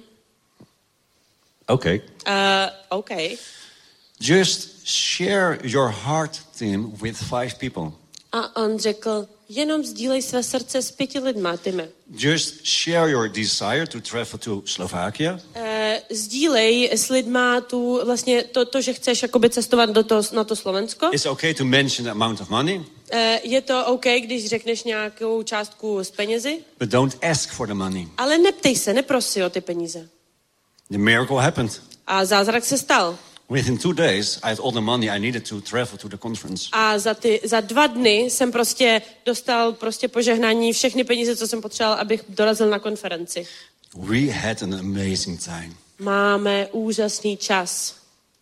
Okay. Uh, okay. Just share your heart, Tim, with five people. A on řekl, jenom sdílej své srdce s pěti lidma, Time. Just share your desire to travel to Slovakia. Uh, sdílej s lidma tu vlastně to, to že chceš jakoby cestovat do to, na to Slovensko. It's okay to mention the amount of money. Uh, je to OK, když řekneš nějakou částku z penězi. But don't ask for the money. Ale neptej se, neprosi o ty peníze. The miracle happened. A zázrak se stal. Within two days, I had all the money I needed to travel to the conference. A za, ty, za dva dny jsem prostě dostal prostě požehnání, všechny peníze, co jsem potřeboval, abych dorazil na konferenci. We had an amazing time. Máme úžasný čas.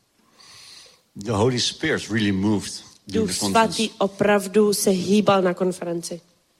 The Holy Spirit really moved during Duch the conference. svatý opravdu se hýbal na konferenci.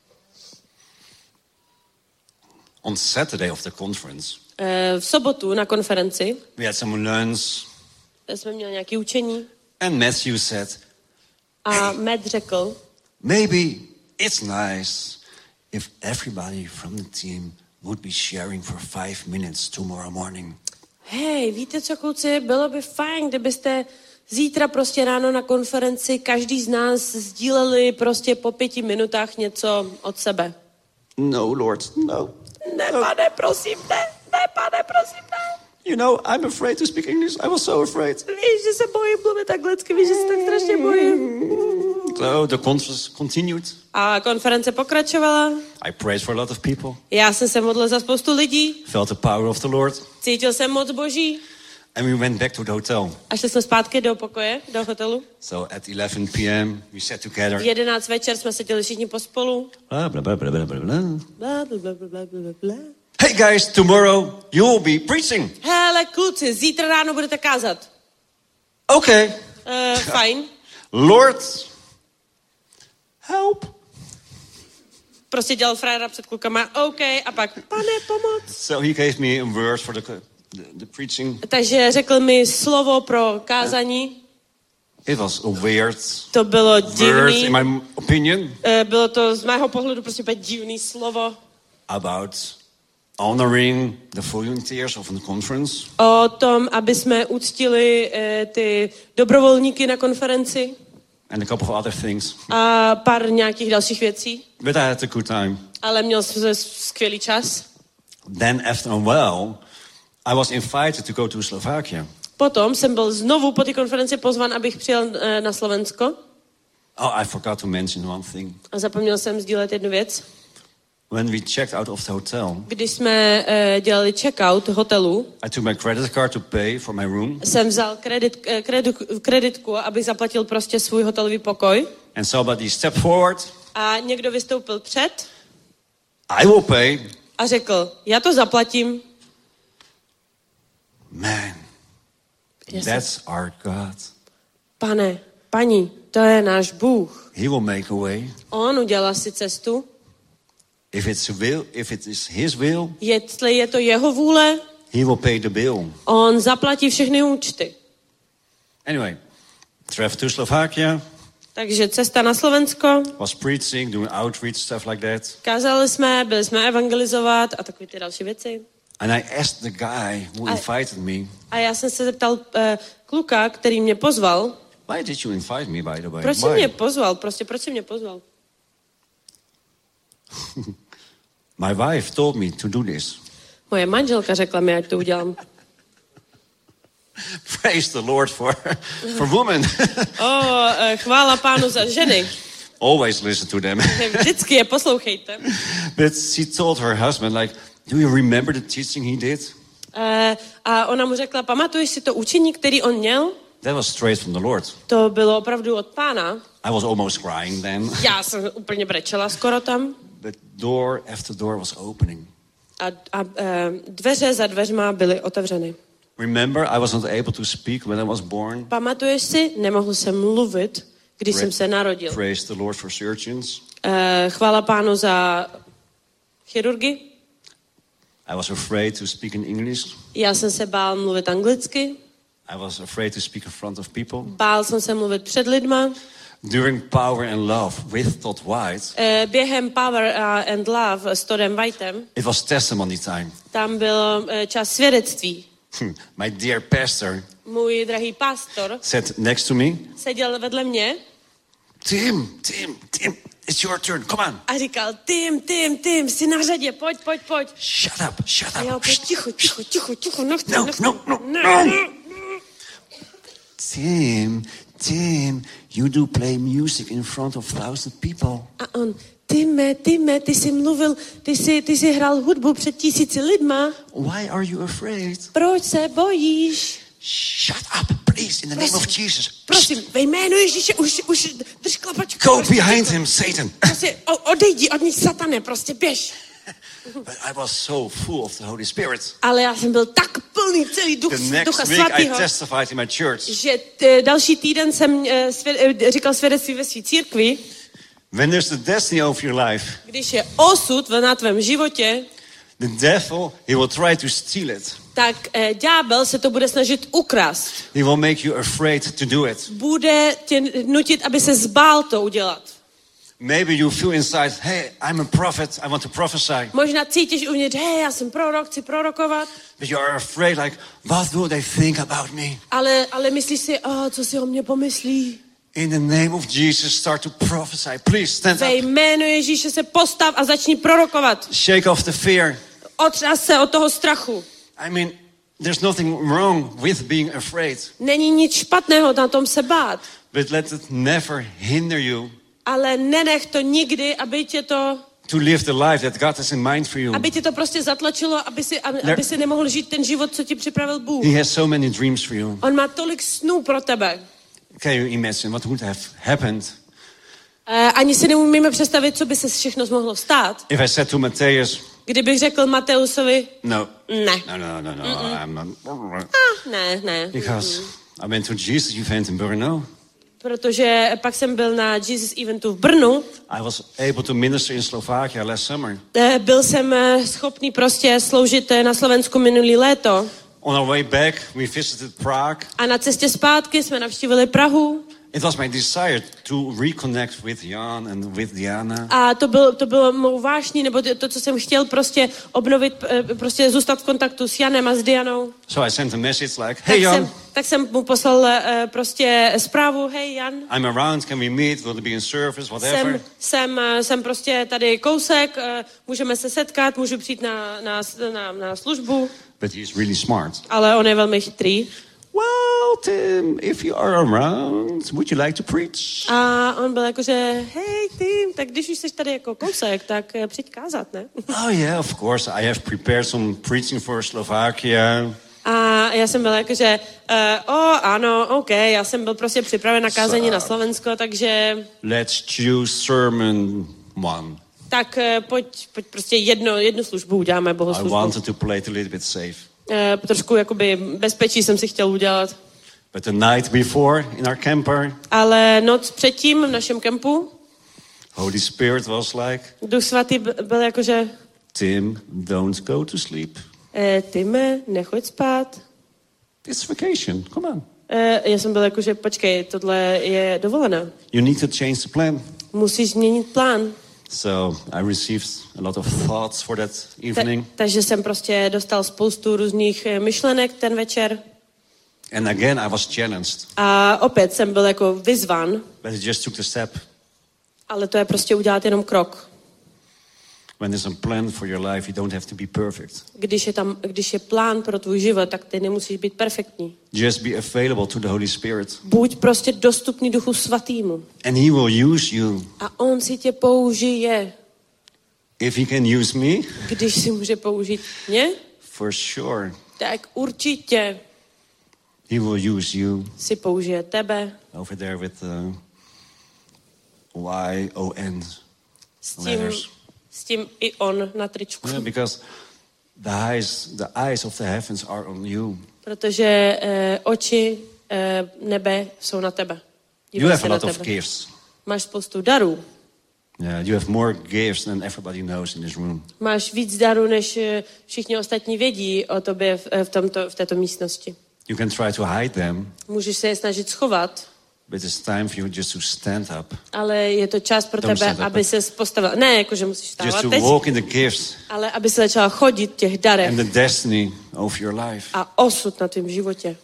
On Saturday of the conference, E, v sobotu na konferenci we had some learns. jsme měli nějaké učení. And Matthew said, A Matt řekl, maybe it's nice if everybody from the team would be sharing for five minutes tomorrow morning. hej, víte co, kluci, bylo by fajn, kdybyste zítra prostě ráno na konferenci každý z nás sdíleli prostě po pěti minutách něco od sebe. No, Lord, no. Ne, pane, prosím, ne, ne, pane, prosím, ne. You know, I'm afraid to speak English. I was so afraid. Víš, že se bojím mluvit anglicky, víš, že se tak strašně bojím. So the conference continued. A konference pokračovala. I prayed for a lot of people. Já jsem se modlil za spoustu lidí. Felt the power of the Lord. Cítil jsem moc Boží. And we went back to the hotel. A šli jsme zpátky do pokoje, do hotelu. So at eleven p.m. we sat together. V jedenáct večer jsme seděli všichni pospolu. Blah, blah, blah, blah, blah, blah, blah. Bla, bla, bla, bla, bla, bla. Hey guys, tomorrow you will be preaching. Hele, kluci, zítra ráno budete kázat. Okay. Uh, fajn. Lord, help. Prostě dělal frajera před klukama. OK, a pak, pane, pomoc. So he gave me a word for the, the, the preaching. Takže řekl mi slovo pro kázání. It was a weird To bylo word divný. in my opinion. Uh, bylo to z mého pohledu prostě úplně divný slovo. About honoring the volunteers of the conference. O tom, aby jsme uctili uh, ty dobrovolníky na konferenci. And a couple of other things. A pár nějakých dalších věcí. But I had a good time. Ale měl jsem skvělý čas. Then after a while, I was invited to go to Slovakia. Potom jsem byl znovu po té konferenci pozvan, abych přijel na Slovensko. Oh, I forgot to mention one thing. A zapomněl jsem sdílet jednu věc. When we checked out of the hotel, Když jsme uh, dělali check-out hotelu, I took my credit card to pay for my room. Jsem vzal kredit, kredit, kreditku, abych zaplatil prostě svůj hotelový pokoj. And somebody stepped forward. A někdo vystoupil před. I will pay. A řekl, já to zaplatím. Man, Yes, that's our God. Pane, paní, to je náš Bůh. He will make a way. On udělal si cestu. If it's a will, if it is His will, Jestli je to jeho vůle, He will pay the bill. on zaplatí všechny účty. Anyway, travel to Slovakia. Takže cesta na Slovensko. Was preaching, doing outreach, stuff like that. Kázali jsme, byli jsme evangelizovat a takové ty další věci. And I asked the guy who I- invited me, A já jsem se zeptal uh, kluka, který mě pozval, why did you invite me, by the way? proč jsi Why? mě pozval, prostě proč jsi mě pozval? My wife told me to do this. Moje manželka řekla mi, ať to udělám. Praise the Lord for, for women. O, uh, chvála Pánu za ženy. Always listen to them. Vždycky je poslouchejte. But she told her husband, like, do you remember the teaching he did? Uh, a ona mu řekla, pamatuješ si to učení, který on měl? That was straight from the Lord. To bylo opravdu od Pána. I was almost crying then. Já jsem úplně brečela skoro tam. But door after door was opening. A, a uh, dveře za dveřma byly otevřeny. Remember, I was not able to speak when I was born. Pamatuješ si? Nemohl jsem mluvit, když jsem se narodil. Praise the Lord for surgeons. Uh, chvála Pánu za chirurgy. I was afraid to speak in English. Já jsem se bál mluvit anglicky. I was afraid to speak in front of people. Bál jsem se mluvit před lidma. During Power and Love with Todd White, Uh, během Power and Love s Toddem Whitem, it was testimony time. tam byl uh, čas svědectví. My dear pastor Můj drahý pastor sat next to me. seděl vedle mě Tim, Tim, Tim, it's your turn. Come on. a říkal, Tim, Tim, Tim, jsi na řadě, pojď, pojď, pojď. Shut up, shut A já up. opět, ticho, ticho, ticho, ticho, nechci, No, nechci. no, no, Ne, no. Tim, Tim, you do play music in front of thousand people. A on, Time, Time, ty jsi mluvil, ty jsi, ty jsi hrál hudbu před tisíci lidma. Why are you afraid? Proč se bojíš? Shut up, please, in the name of Jesus. Prosím, ve jménu Ježíše, už, už drž klapačku. Go prostě, behind him, Satan. Prostě o- odejdi od ní, satane, prostě běž. But I was so full of the Holy Spirit. Ale já jsem byl tak plný celý duch, The next ducha week I svatého, testified in my church. že t, další týden jsem eh, svě, eh, říkal svědectví ve své církvi. When there's the destiny of your life, Když je osud na tvém životě, the devil, he will try to steal it. tak eh, ďábel se to bude snažit ukrást. He will make you afraid to do it. Bude tě nutit, aby se zbál to udělat. Maybe you feel inside, hey, I'm a prophet, I want to prophesy. Možná cítíš uvnitř, hej, já jsem prorok, chci prorokovat, But you are afraid, like, what will they think about me? ale, ale myslíš si, oh, co si o mě pomyslí. In the name of Jesus, start to prophesy. Please stand Ve up. jménu Ježíše se postav a začni prorokovat. Shake off the fear. Otřás se od toho strachu. I mean, there's nothing wrong with being afraid. Není nic špatného na tom se bát, But let it never hinder you ale nenech to nikdy, aby tě to, to live the life that God has in mind for you. aby tě to prostě zatlačilo, aby si, aby, aby si nemohl žít ten život, co ti připravil Bůh. He has so many dreams for you. On má tolik snů pro tebe. Can you imagine what would have happened Uh, ani si neumíme představit, co by se všechno mohlo stát. if I said to Matthias, Kdybych řekl Mateusovi, no, ne, no, no, no, no, I'm not. ah, ne, ne. Because I went to Jesus event in Brno. Protože pak jsem byl na Jesus eventu v Brnu. I was able to minister in Slovakia last summer. Eh, Byl jsem eh, schopný prostě sloužit eh, na Slovensku minulý léto. On our way back, we visited Prague, A na cestě zpátky jsme navštívili Prahu. It was my desire to reconnect with Jan and with Diana. A to bylo, to bylo mou vášní, nebo to, co jsem chtěl prostě obnovit, prostě zůstat v kontaktu s Janem a s Dianou. So I sent a message like, hey tak Jan. Jsem, tak jsem mu poslal uh, prostě zprávu, hej Jan. I'm around, can we meet, will it be in service, whatever. Jsem, jsem, jsem prostě tady kousek, uh, můžeme se setkat, můžu přijít na, na, na, na službu. But he's really smart. Ale on je velmi chytrý. Well, Tim, if you are around, would you like to preach? A on byl jakože, hej Tim, tak když už jsi tady jako kousek, tak přijď kázat, ne? Oh yeah, of course. I have prepared some preaching for Slovakia. A já jsem byla jakože, uh, o oh, ano, OK, já jsem byl prostě připraven na kázání so, na Slovensko, takže... Let's choose sermon one. Tak uh, pojď, pojď prostě jedno, jednu službu uděláme, bohoslužbu. I wanted to play it a little bit safe. Uh, trošku jakoby bezpečí jsem si chtěl udělat. But the night before in our camper, ale noc předtím v našem kempu Holy Spirit was like, Duch svatý byl jakože, Tim, don't go to sleep. Uh, Time, nechoď spát. It's vacation, come on. Uh, já jsem byl jakože, počkej, tohle je dovolená. You need to change the plan. Musíš změnit plán. So I received a lot of thoughts for that evening. Ta, takže jsem prostě dostal spoustu různých myšlenek ten večer. And again I was challenged. A opět jsem byl jako vyzván. But it just took the step. Ale to je prostě udělat jenom krok. When there's a plan for your life, you don't have to be perfect. Když je tam, když je plán pro tvůj život, tak ty nemusíš být perfektní. Just be available to the Holy Spirit. Buď prostě dostupný Duchu svatýmu. And he will use you. A on si tě použije. If he can use me, když si může použít mě, for sure. Tak určitě. He will use you. Si použije tebe. Over there with uh, Y O N. S tím, s tím i on na tričku. Yeah, because the eyes, the eyes of the heavens are on you. Protože uh, oči uh, nebe jsou na tebe. You have a lot of gifts. Máš spoustu darů. Yeah, you have more gifts than everybody knows in this room. Máš víc darů, než všichni ostatní vědí o tobě v, v, tomto, v této místnosti. You can try to hide them. Můžeš se je snažit schovat. But it's time for you just to stand up. Ale je to čas pro Don't tebe, aby se postavil. Ne, jakože musíš stávat just to teď. Walk in the gifts. Ale aby se začala chodit v těch darech. And the destiny of your life. A osud na tvém životě.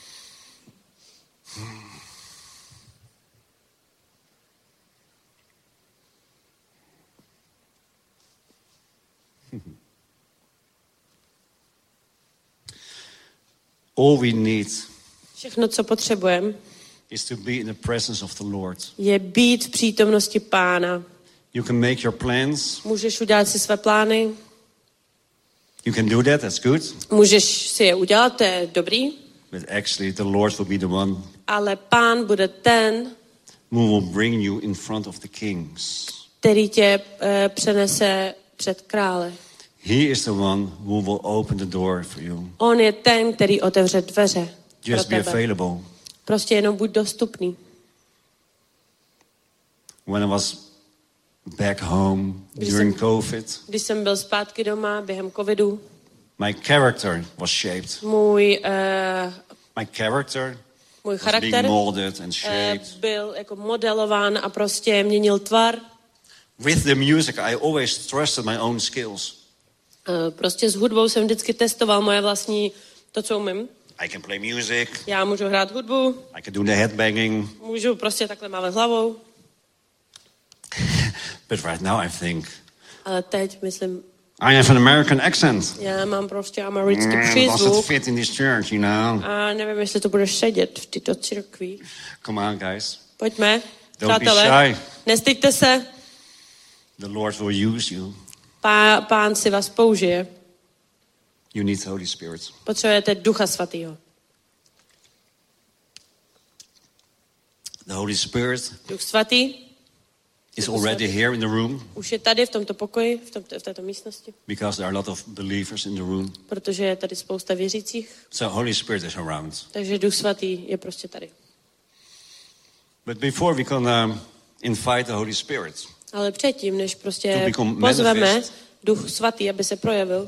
All we need Všechno, co potřebujeme, is to be in the presence of the Lord. Je být v přítomnosti Pána. You can make your plans. Můžeš udělat si své plány. You can do that, that's good. Můžeš si je udělat, to je dobrý. But actually the Lord will be the one. Ale Pán bude ten, who will bring you in front of the kings. Který tě uh, přenese před krále. He is the one who will open the door for you. On je ten, který otevře dveře. Just be available. Prostě jenom buď dostupný. When I was back home když during jsem, COVID, když jsem byl zpátky doma během covidu, my character was shaped. Můj, uh, my character můj was charakter being molded and shaped. Uh, byl jako modelován a prostě měnil tvar. With the music, I always trusted my own skills. Uh, prostě s hudbou jsem vždycky testoval moje vlastní, to, co umím. I can play music. Já můžu hrát hudbu. I can do the headbanging. Můžu prostě takhle mávat hlavou. But right now I think. Ale teď myslím. I have an American accent. Já mám prostě americký mm, přízvuk. Does it fit in this church, you know? A nevím, jestli to bude sedět v této církvi. Come on, guys. Pojďme, Don't přátelé. be shy. Nestyďte se. The Lord will use you. Pá, pán si vás použije. You need the Holy Spirit. Potřebujete Ducha Svatého. The Holy Spirit Duch Svatý is already here in the room. Už je tady v tomto pokoji, v, tomto, v této místnosti. Because there are a lot of believers in the room. Protože je tady spousta věřících. So Holy Spirit is around. Takže Duch Svatý je prostě tady. But before we can um, invite the Holy Spirit. Ale předtím, než prostě pozveme Duch Svatý, aby se projevil.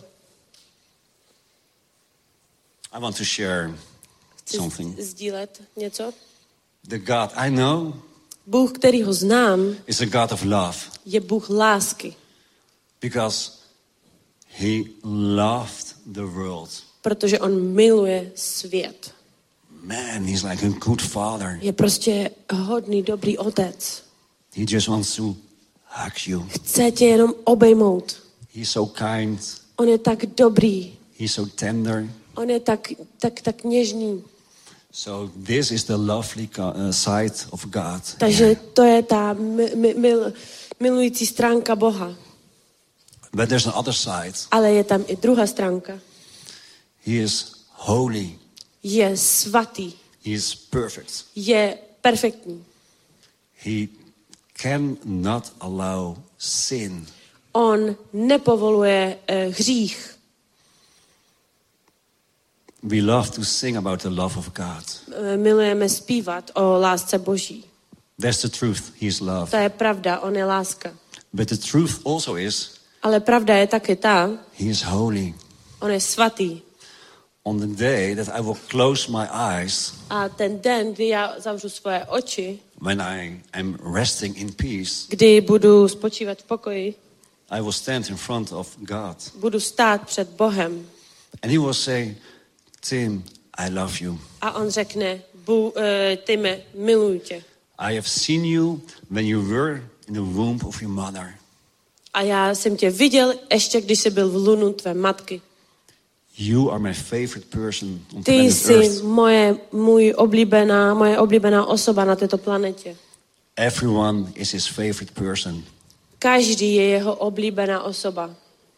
I want to share something. Sdílet něco. The God I know Bůh, který ho znám, is a God of love. je Bůh lásky. Because he loved the world. Protože on miluje svět. Man, he's like a good father. Je prostě hodný, dobrý otec. He just wants to hug you. Chce tě jenom obejmout. He's so kind. On je tak dobrý. He's so tender. On je tak, tak, tak něžný. So this is the lovely uh, side of God. Takže to je ta mi, mi, mil, milující stránka Boha. But there's another side. Ale je tam i druhá stránka. He is holy. Je svatý. He is perfect. Je perfektní. He cannot allow sin. On nepovoluje uh, hřích. We love to sing about the love of God. Uh, milujeme zpívat o lásce Boží. That's the truth. He is love. To je pravda, on je láska. But the truth also is Ale pravda je taky ta, he is holy. on je svatý. On the day that I will close my eyes, A ten den, kdy já zavřu svoje oči, when I am resting in peace, kdy budu spočívat v pokoji, I will stand in front of God. budu stát před Bohem And he will say, Tim, I love you. a on řekne, Bu, uh, Time, miluji tě. I have seen you when you were in the womb of your mother. A já jsem tě viděl ještě, když jsi byl v lunu tvé matky. You are my favorite person on Ty planet jsi Earth. moje, můj oblíbená, moje oblíbená osoba na této planetě. Everyone is his favorite person. Každý je jeho oblíbená osoba.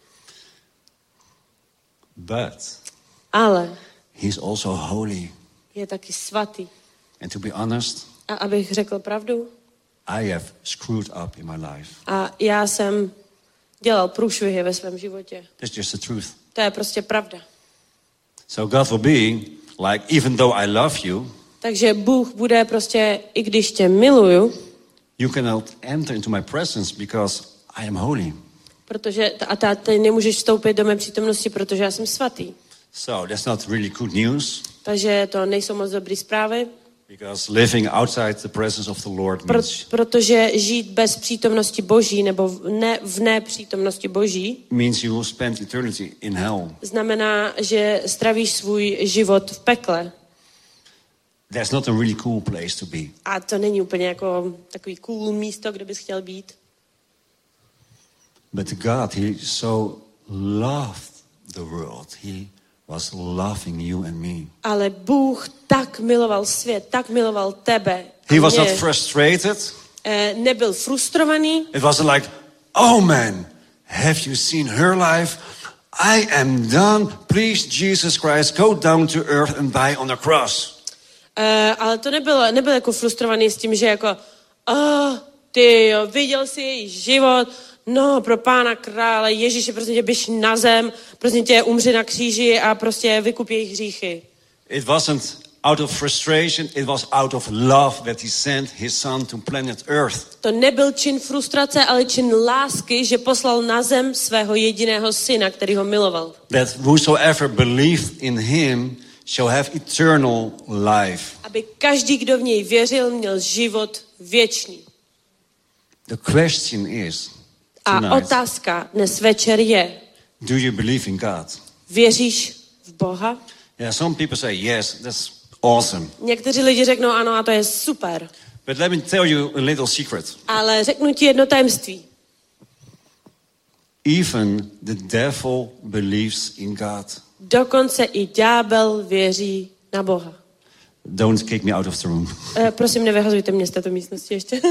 But Ale he's also holy. je taky svatý. And to be honest, A abych řekl pravdu, I have screwed up in my life. a já jsem dělal průšvihy ve svém životě. That's just the truth. To je prostě pravda. So God will be like, even though I love you, Takže Bůh bude prostě, i když tě miluju, you cannot enter into my presence because I am holy. protože a ta, ty nemůžeš vstoupit do mé přítomnosti, protože já jsem svatý. So that's not really good news, Takže to nejsou moc dobré zprávy, because living outside the presence of the Lord pro, means, protože žít bez přítomnosti Boží nebo v ne, v nepřítomnosti Boží means you will spend eternity in hell. znamená, že stravíš svůj život v pekle. That's not a really cool place to be. A to není úplně jako takový cool místo, kde bys chtěl být. But God, he so loved the world. He was loving you and me. Ale Bůh tak miloval svět, tak miloval tebe. a He was mě. not frustrated. Eh, nebyl frustrovaný. It wasn't like, oh man, have you seen her life? I am done. Please, Jesus Christ, go down to earth and die on a cross. Eh, ale to nebylo, nebyl jako frustrovaný s tím, že jako, oh, ty jo, viděl jsi její život, no, pro pána krále, Ježíše, prosím tě, běž na zem, prosím tě, umři na kříži a prostě vykup jejich hříchy. It wasn't out of frustration, it was out of love that he sent his son to planet Earth. To nebyl čin frustrace, ale čin lásky, že poslal na zem svého jediného syna, který ho miloval. That whosoever believed in him shall have eternal life. Aby každý, kdo v něj věřil, měl život věčný. The question is, A tonight, otázka dnes večer je, do you believe in God? věříš v Boha? Yeah, some people say, yes, that's awesome. Někteří lidi řeknou ano a to je super. But let me tell you a little secret. Ale řeknu ti jedno tajemství. Even the devil believes in God. Dokonce i ďábel věří na Boha. Don't kick me out of the room. E, prosím, nevyhazujte mě z této místnosti ještě.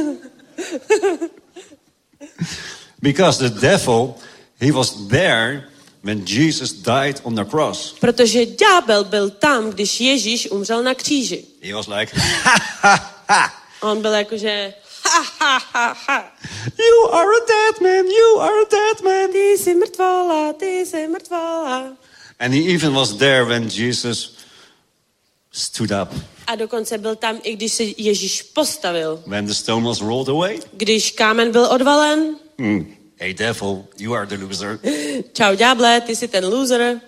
Because the devil, he was there when Jesus died on the cross. Protože ďábel byl tam, když Ježíš umřel na kříži. He was like, ha, ha, ha. On byl jakože ha, ha, ha, ha. You are a dead man, you are a dead man. Ty jsi mrtvola, ty jsi mrtvola. And he even was there when Jesus stood up. A dokonce byl tam, i když se Ježíš postavil. When the stone was rolled away. Když kámen byl odvalen. Mm. Hey devil, you are the loser. Čau ďáble, ty jsi ten loser.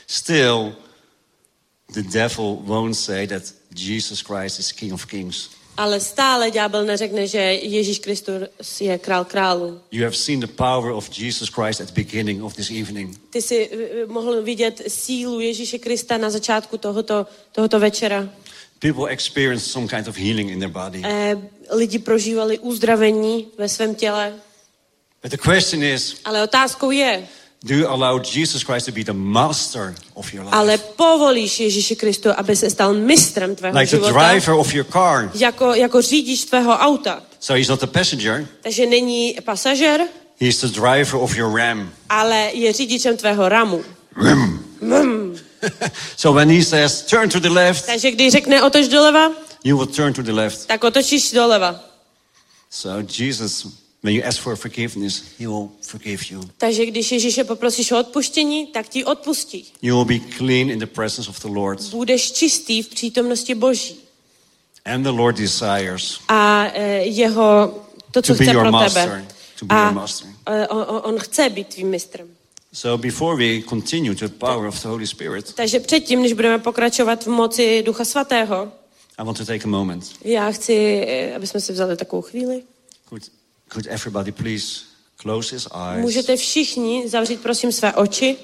Still, the devil won't say that Jesus Christ is King of Kings. Ale stále ďábel neřekne, že Ježíš Kristus je král králů. You have seen the power of Jesus Christ at the beginning of this evening. Ty jsi mohl vidět sílu Ježíše Krista na začátku tohoto, tohoto večera. People experience some kind of healing in their body. Eh, lidi prožívali uzdravení ve svém těle. But the question is, ale otázkou je, do you allow Jesus Christ to be the master of your life? Ale povolíš Ježíši Kristu, aby se stal mistrem tvého like života. Like the driver of your car. Jako, jako řidič tvého auta. So he's not the passenger. Takže není pasažér. He's the driver of your ram. Ale je řidičem tvého ramu. Ram. Mm. So when he says turn to the left. Takže když řekne otoč doleva. You will turn to the left. Tak otočíš doleva. So Jesus, when you ask for forgiveness, he will forgive you. Takže když Ježíše poprosíš o odpuštění, tak ti odpustí. You will be clean in the presence of the Lord. Budeš čistý v přítomnosti Boží. And the Lord desires. A uh, jeho to, co chce pro master, tebe. To be a your master. Uh, on, on chce být tvým mistrem. So before we continue to the power of the Holy Spirit. Takže předtím, než budeme pokračovat v moci Ducha Svatého, I want to take a moment. Já chci, aby jsme si vzali takovou chvíli. Could, could everybody please close his eyes? Můžete všichni zavřít prosím své oči.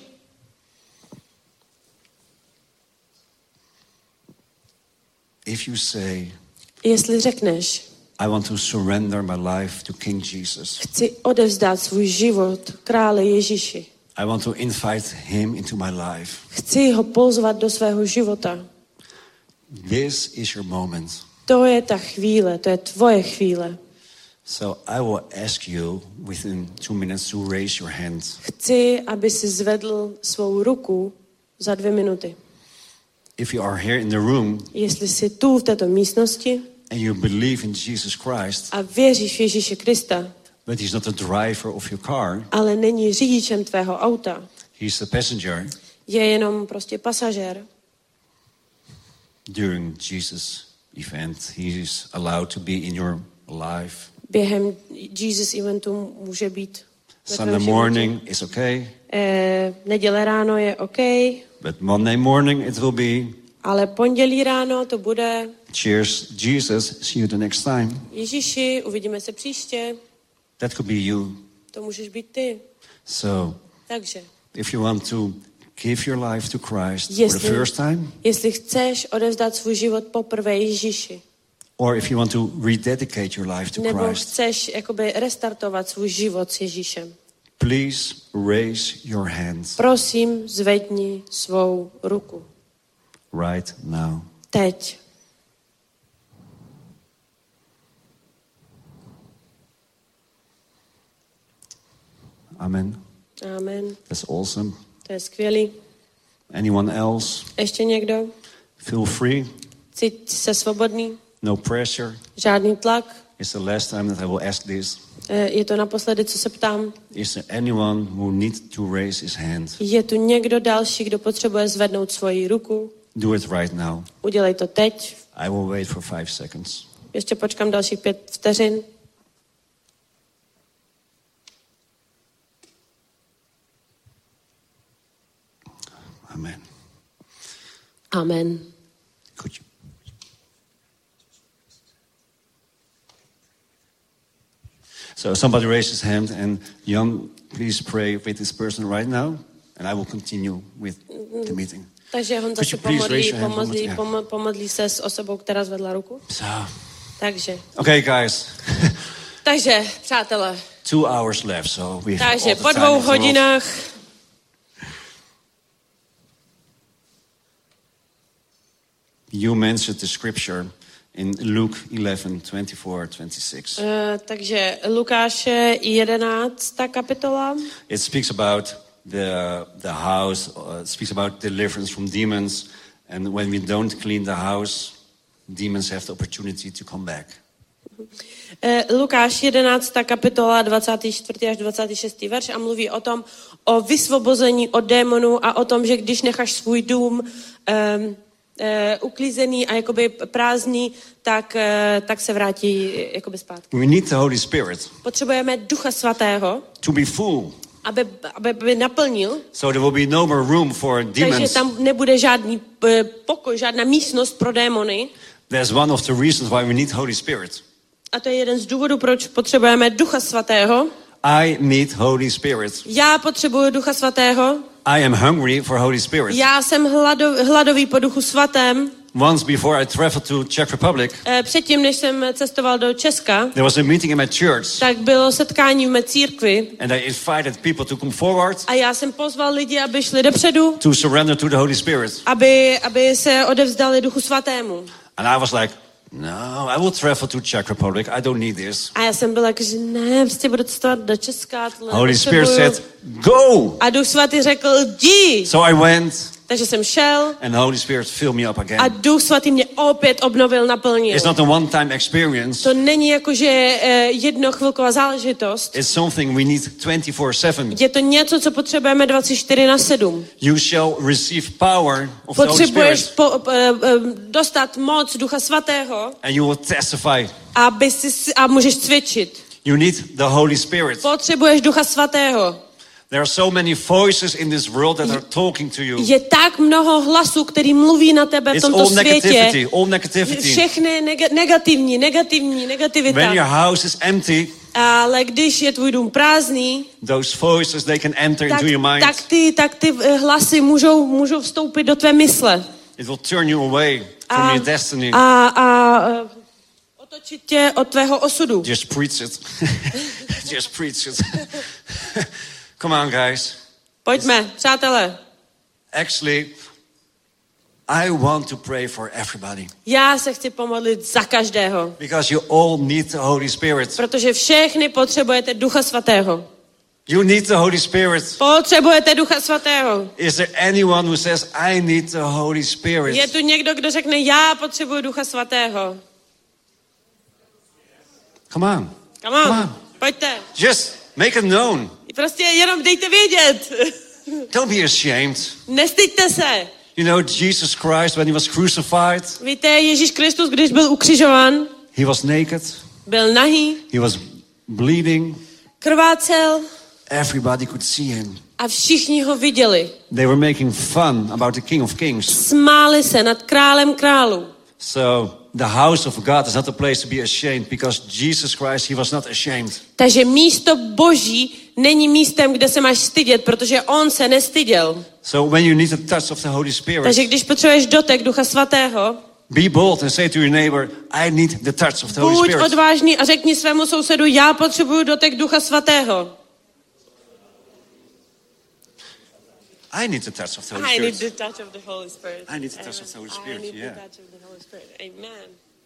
If you say, jestli řekneš, I want to surrender my life to King Jesus. Chci odevzdat svůj život králi Ježíši. I want to invite him into my life. Chci ho pozvat do svého života. This is your moment. To je ta chvíle, to je tvoje chvíle. So I will ask you within two minutes to raise your hand. Chci, aby si zvedl svou ruku za dvě minuty. If you are here in the room, jestli jsi tu v této místnosti and you believe in Jesus Christ, a věříš v Ježíše Krista, but he's not the driver of your car, ale není řidičem tvého auta, he's the passenger, je jenom prostě pasažér. During Jesus' event, he is allowed to be in your life. Během Jesus eventu může být ve Sunday morning is okay. Eh, neděle ráno je OK. But Monday morning it will be. Ale pondělí ráno to bude. Cheers, Jesus. See you the next time. Ježíši, uvidíme se příště. That could be you. To můžeš být ty. So, takže, if you want to give your life to Christ jestli, for the first time, jestli chceš odevzdat svůj život poprvé Ježíši, or if you want to rededicate your life to nebo Christ, chceš jakoby restartovat svůj život s Ježíšem, please raise your hands. Prosím, zvedni svou ruku. Right now. Teď. Amen. Amen. That's awesome. To je skvělý. Anyone else? Ještě někdo? Feel free. Cíť se svobodný. No pressure. Žádný tlak. It's the last time that I will ask this. Je to naposledy, co se ptám. Is there anyone who needs to raise his hand? Je tu někdo další, kdo potřebuje zvednout svoji ruku? Do it right now. Udělej to teď. I will wait for five seconds. Ještě počkám dalších pět vteřin. Amen. Amen. Could you? So somebody raise his hand, and Jan, please pray with this person right now, and I will continue with the meeting. Takže Honza se pomodlí, pomodlí, pom, pomodlí se s osobou, která zvedla ruku. So. Takže. Okay, guys. Takže, přátelé. Two hours left, so we. Takže po dvou hodinách. You mentioned the scripture in Luke eleven, twenty-four, twenty-six. Uh, takže Lukáše jedenáctá kapitola. It speaks about the the house, uh, speaks about deliverance from demons, and when we don't clean the house, demons have the opportunity to come back. Uh, Lukáš jedenáctá kapitola dvacátý čtvrtý až dvacátý šestý verš a mluví o tom, o vysvobození od démonů a o tom, že když necháš svůj dům um, Uh, uklízený a jakoby prázdný, tak, uh, tak se vrátí jakoby zpátky. We need the Holy Spirit. Potřebujeme Ducha Svatého, to be full. Aby, aby, aby naplnil. So there will be no more room for demons. Takže tam nebude žádný uh, pokoj, žádná místnost pro démony. That's one of the reasons why we need Holy Spirit. A to je jeden z důvodů, proč potřebujeme Ducha Svatého. I need Holy Spirit. Já potřebuju Ducha Svatého. I am hungry for Holy Spirit. Já jsem hlado, hladový po Duchu Svatém. Once before I traveled to Czech Republic, Předtím, než jsem cestoval do Česka, there was a meeting in my church. tak bylo setkání v mé církvi. And I invited people to come forward. A já jsem pozval lidi, aby šli dopředu. To surrender to the Holy Spirit. Aby, aby se odevzdali Duchu Svatému. And I was like, no, I will travel to Czech Republic. I don't need this. A já jsem byla jako, že ne, prostě budu cestovat do Česka. Holy Spirit said, go! A Duch Svatý řekl, jdi! So I went. Takže jsem šel. And the Holy Spirit filled me up again. A Duch Svatý mě opět obnovil, naplnil. It's not a one-time experience. To není jako, že jedno chvilková záležitost. It's something we need twenty-four seven. Je to něco, co potřebujeme dvacet čtyři na sedm. You shall receive power of the Holy Potřebuješ Spirit. po, uh, uh, dostat moc Ducha Svatého. And you will testify. Aby si, a můžeš cvičit. You need the Holy Spirit. Potřebuješ Ducha Svatého. There are so many voices in this world that are talking to you. Je tak mnoho hlasů, který mluví na tebe v It's tomto all světě. negativity, all negativity. Všechny neg- negativní, negativní, negativita. When your house is empty, ale když je tvůj dům prázdný, those voices they can enter tak, into your mind. tak ty, tak ty hlasy můžou, můžou vstoupit do tvé mysle. It will turn you away from A, your destiny. a, a uh, otočit tě od tvého osudu. Just preach it. Just preach it. Come on, guys. Pojďme, přátelé. Actually, I want to pray for everybody. Já se chci pomodlit za každého. Because you all need the Holy Spirit. Protože všechny potřebujete Ducha Svatého. You need the Holy Spirit. Potřebujete Ducha Svatého. Is there anyone who says, I need the Holy Spirit? Je tu někdo, kdo řekne, já potřebuji Ducha Svatého. Come on. Come on. Come on. Pojďte. Just make it known. Prostě jenom dejte vědět. Don't be ashamed. Nestyďte se. You know, Jesus Christ, when he was crucified, Víte, Ježíš Kristus, když byl ukřižován, he was naked. byl nahý, He was bleeding. krvácel Everybody could see him. a všichni ho viděli. They were making fun about the King of Kings. Smáli se nad králem králů. So the house of God is not a place to be ashamed because Jesus Christ, he was not ashamed. Takže místo Boží není místem, kde se máš stydět, protože on se nestyděl. So when you need the touch of the Holy Spirit, Takže když potřebuješ dotek Ducha Svatého, be bold and say to your neighbor, I need the touch of the Holy buď Spirit. odvážný a řekni svému sousedu, já potřebuju dotek Ducha Svatého. I need the touch of the Holy I Spirit. need the touch of the Holy Spirit. I need the touch of the Holy Spirit, I need yeah. the touch of the Holy Spirit. Amen.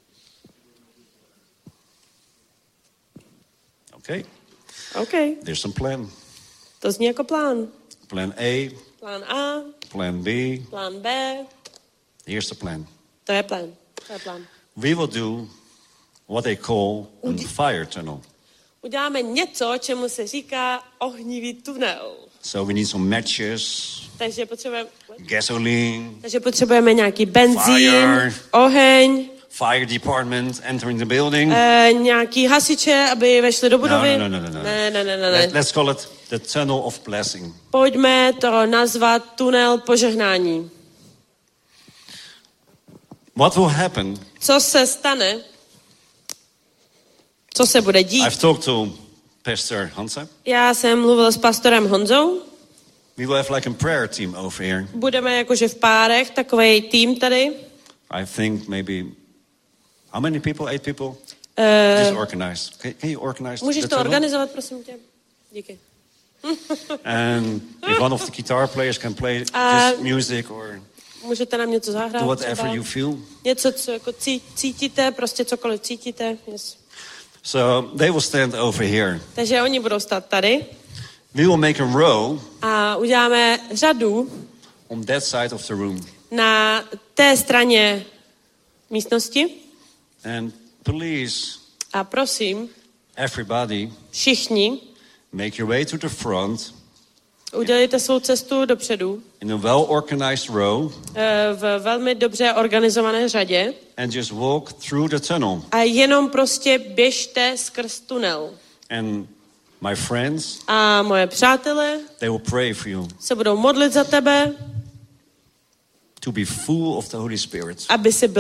Okay, OK, there's some plan. to zní jako plán. Plan A, Plán A, plan B. plán B, Here's the plan. to je plán. To je plán. We will do what they call a fire tunnel. Uděláme něco, čemu se říká ohnivý tunel. So we need some matches, Takže potřebujeme, gasoline, takže potřebujeme nějaký benzín, Fire. oheň, fire department entering the building. e, nějaký hasiče, aby vešli do budovy. No, no, no, no, no. Ne, ne, ne, ne, Let, ne. let's call it the tunnel of blessing. Pojďme to nazvat tunel požehnání. What will happen? Co se stane? Co se bude dít? I've talked to Pastor Hansa. Já jsem mluvil s pastorem Honzou. We will have like a prayer team over here. Budeme jakože v párech, takovej tým tady. I think maybe, how many people? Eight people? Uh, Just organize. Can, can you organize můžeš the to tunnel? organizovat, prosím tě? Díky. And if one of the guitar players can play just Uh, music or Můžete nám něco zahrát? do whatever třeba? you feel. Něco, co jako cí, cítíte, prostě cokoliv cítíte. Yes. So they will stand over here. Takže oni budou stát tady We will make a row a uděláme řadu on that side of the room. na té straně místnosti. And please, A prosím, everybody, všichni, make your way to the front udělejte svou cestu dopředu in a well-organized row eh, v velmi dobře organizované řadě and just walk through the tunnel. a jenom prostě běžte skrz tunel. And my friends, A moje přátelé they will pray for you se budou modlit za tebe, to be full of the Holy Spirit. aby si byl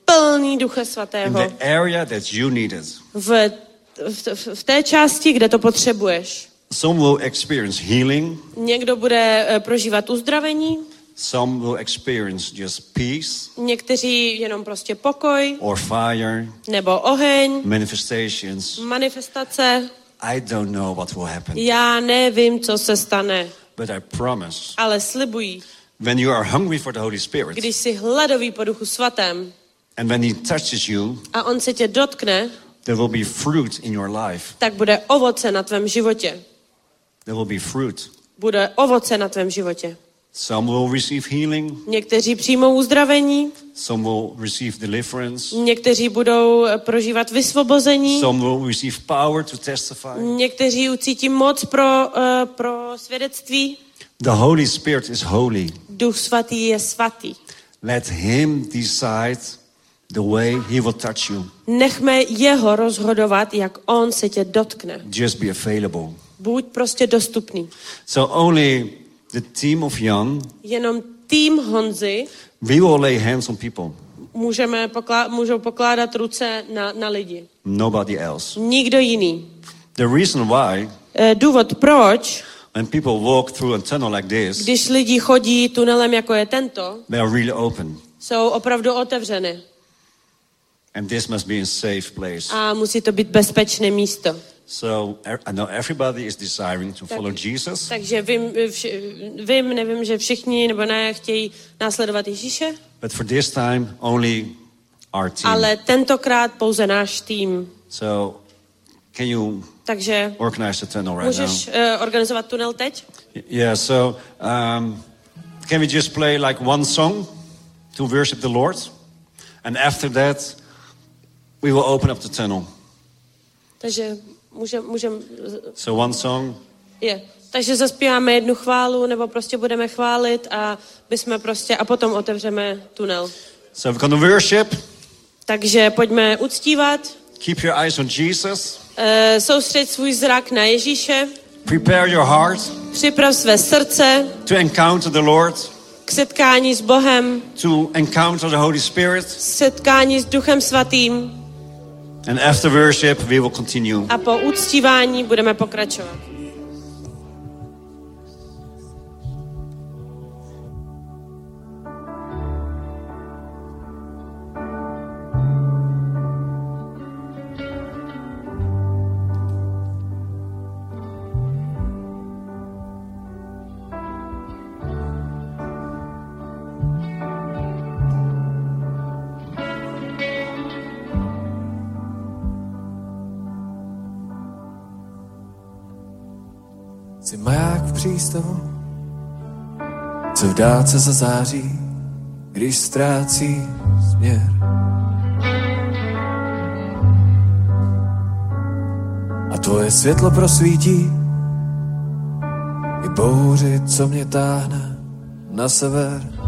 plný Ducha in Svatého. the area that you need it. V, v, v té části, kde to potřebuješ. Some will experience healing. Někdo bude eh, prožívat uzdravení, Some will experience just peace někteří jenom prostě pokoj, or fire, nebo oheň, manifestations. manifestace. I don't know what will happen, Já nevím, co se stane, but I promise, ale slibuji, when you are hungry for the Holy Spirit, když jsi hladový po Duchu Svatém and when He touches you, a on se tě dotkne, there will be fruit in your life. tak bude ovoce na tvém životě. There will be fruit. Bude ovoce na tvém životě. Some will receive healing. Někteří přijmou uzdravení, Some will receive deliverance. někteří budou prožívat vysvobození, Some will receive power to testify. někteří ucítí moc pro, uh, pro svědectví. The Holy Spirit is holy. Duch Svatý je svatý. Let Him decide the way He will touch you. Nechme jeho rozhodovat, jak on se tě dotkne. Just be available. Buď prostě dostupný. So only the team of Jan, Jenom tým Honzy we will lay hands on people. můžeme poklá- můžou pokládat ruce na, na lidi. Nobody else. Nikdo jiný. The reason why, E, důvod proč, when people walk through a tunnel like this, když lidi chodí tunelem, jako je tento, they are really open. jsou opravdu otevřeny. And this must be a safe place. A musí to být bezpečné místo. So er- I know everybody is desiring to follow Jesus. Takže vím, vši, vím, nevím, že všichni nebo ne chtějí následovat Ježíše, But for this time, only our team. ale tentokrát pouze náš tým. So can you Takže organize the tunnel right můžeš now? uh, organizovat tunel teď? Yeah, so um, can we just play like one song to worship the Lord? And after that, we will open up the tunnel. Takže můžeme, můžem, So one song. je. Takže zaspíváme jednu chválu, nebo prostě budeme chválit a my jsme prostě, a potom otevřeme tunel. So we're going to worship. Takže pojďme uctívat, Keep your eyes on Jesus. uh, soustřeď svůj zrak na Ježíše, Prepare your heart připrav své srdce to encounter the Lord, k setkání s Bohem, to encounter the Holy Spirit. setkání s Duchem Svatým And after worship, we will continue. a po uctívání budeme pokračovat. Jsi maják v přístavu, co v dálce zazáří, když ztrácí směr. A tvoje světlo prosvítí i bouři, co mě táhne na sever.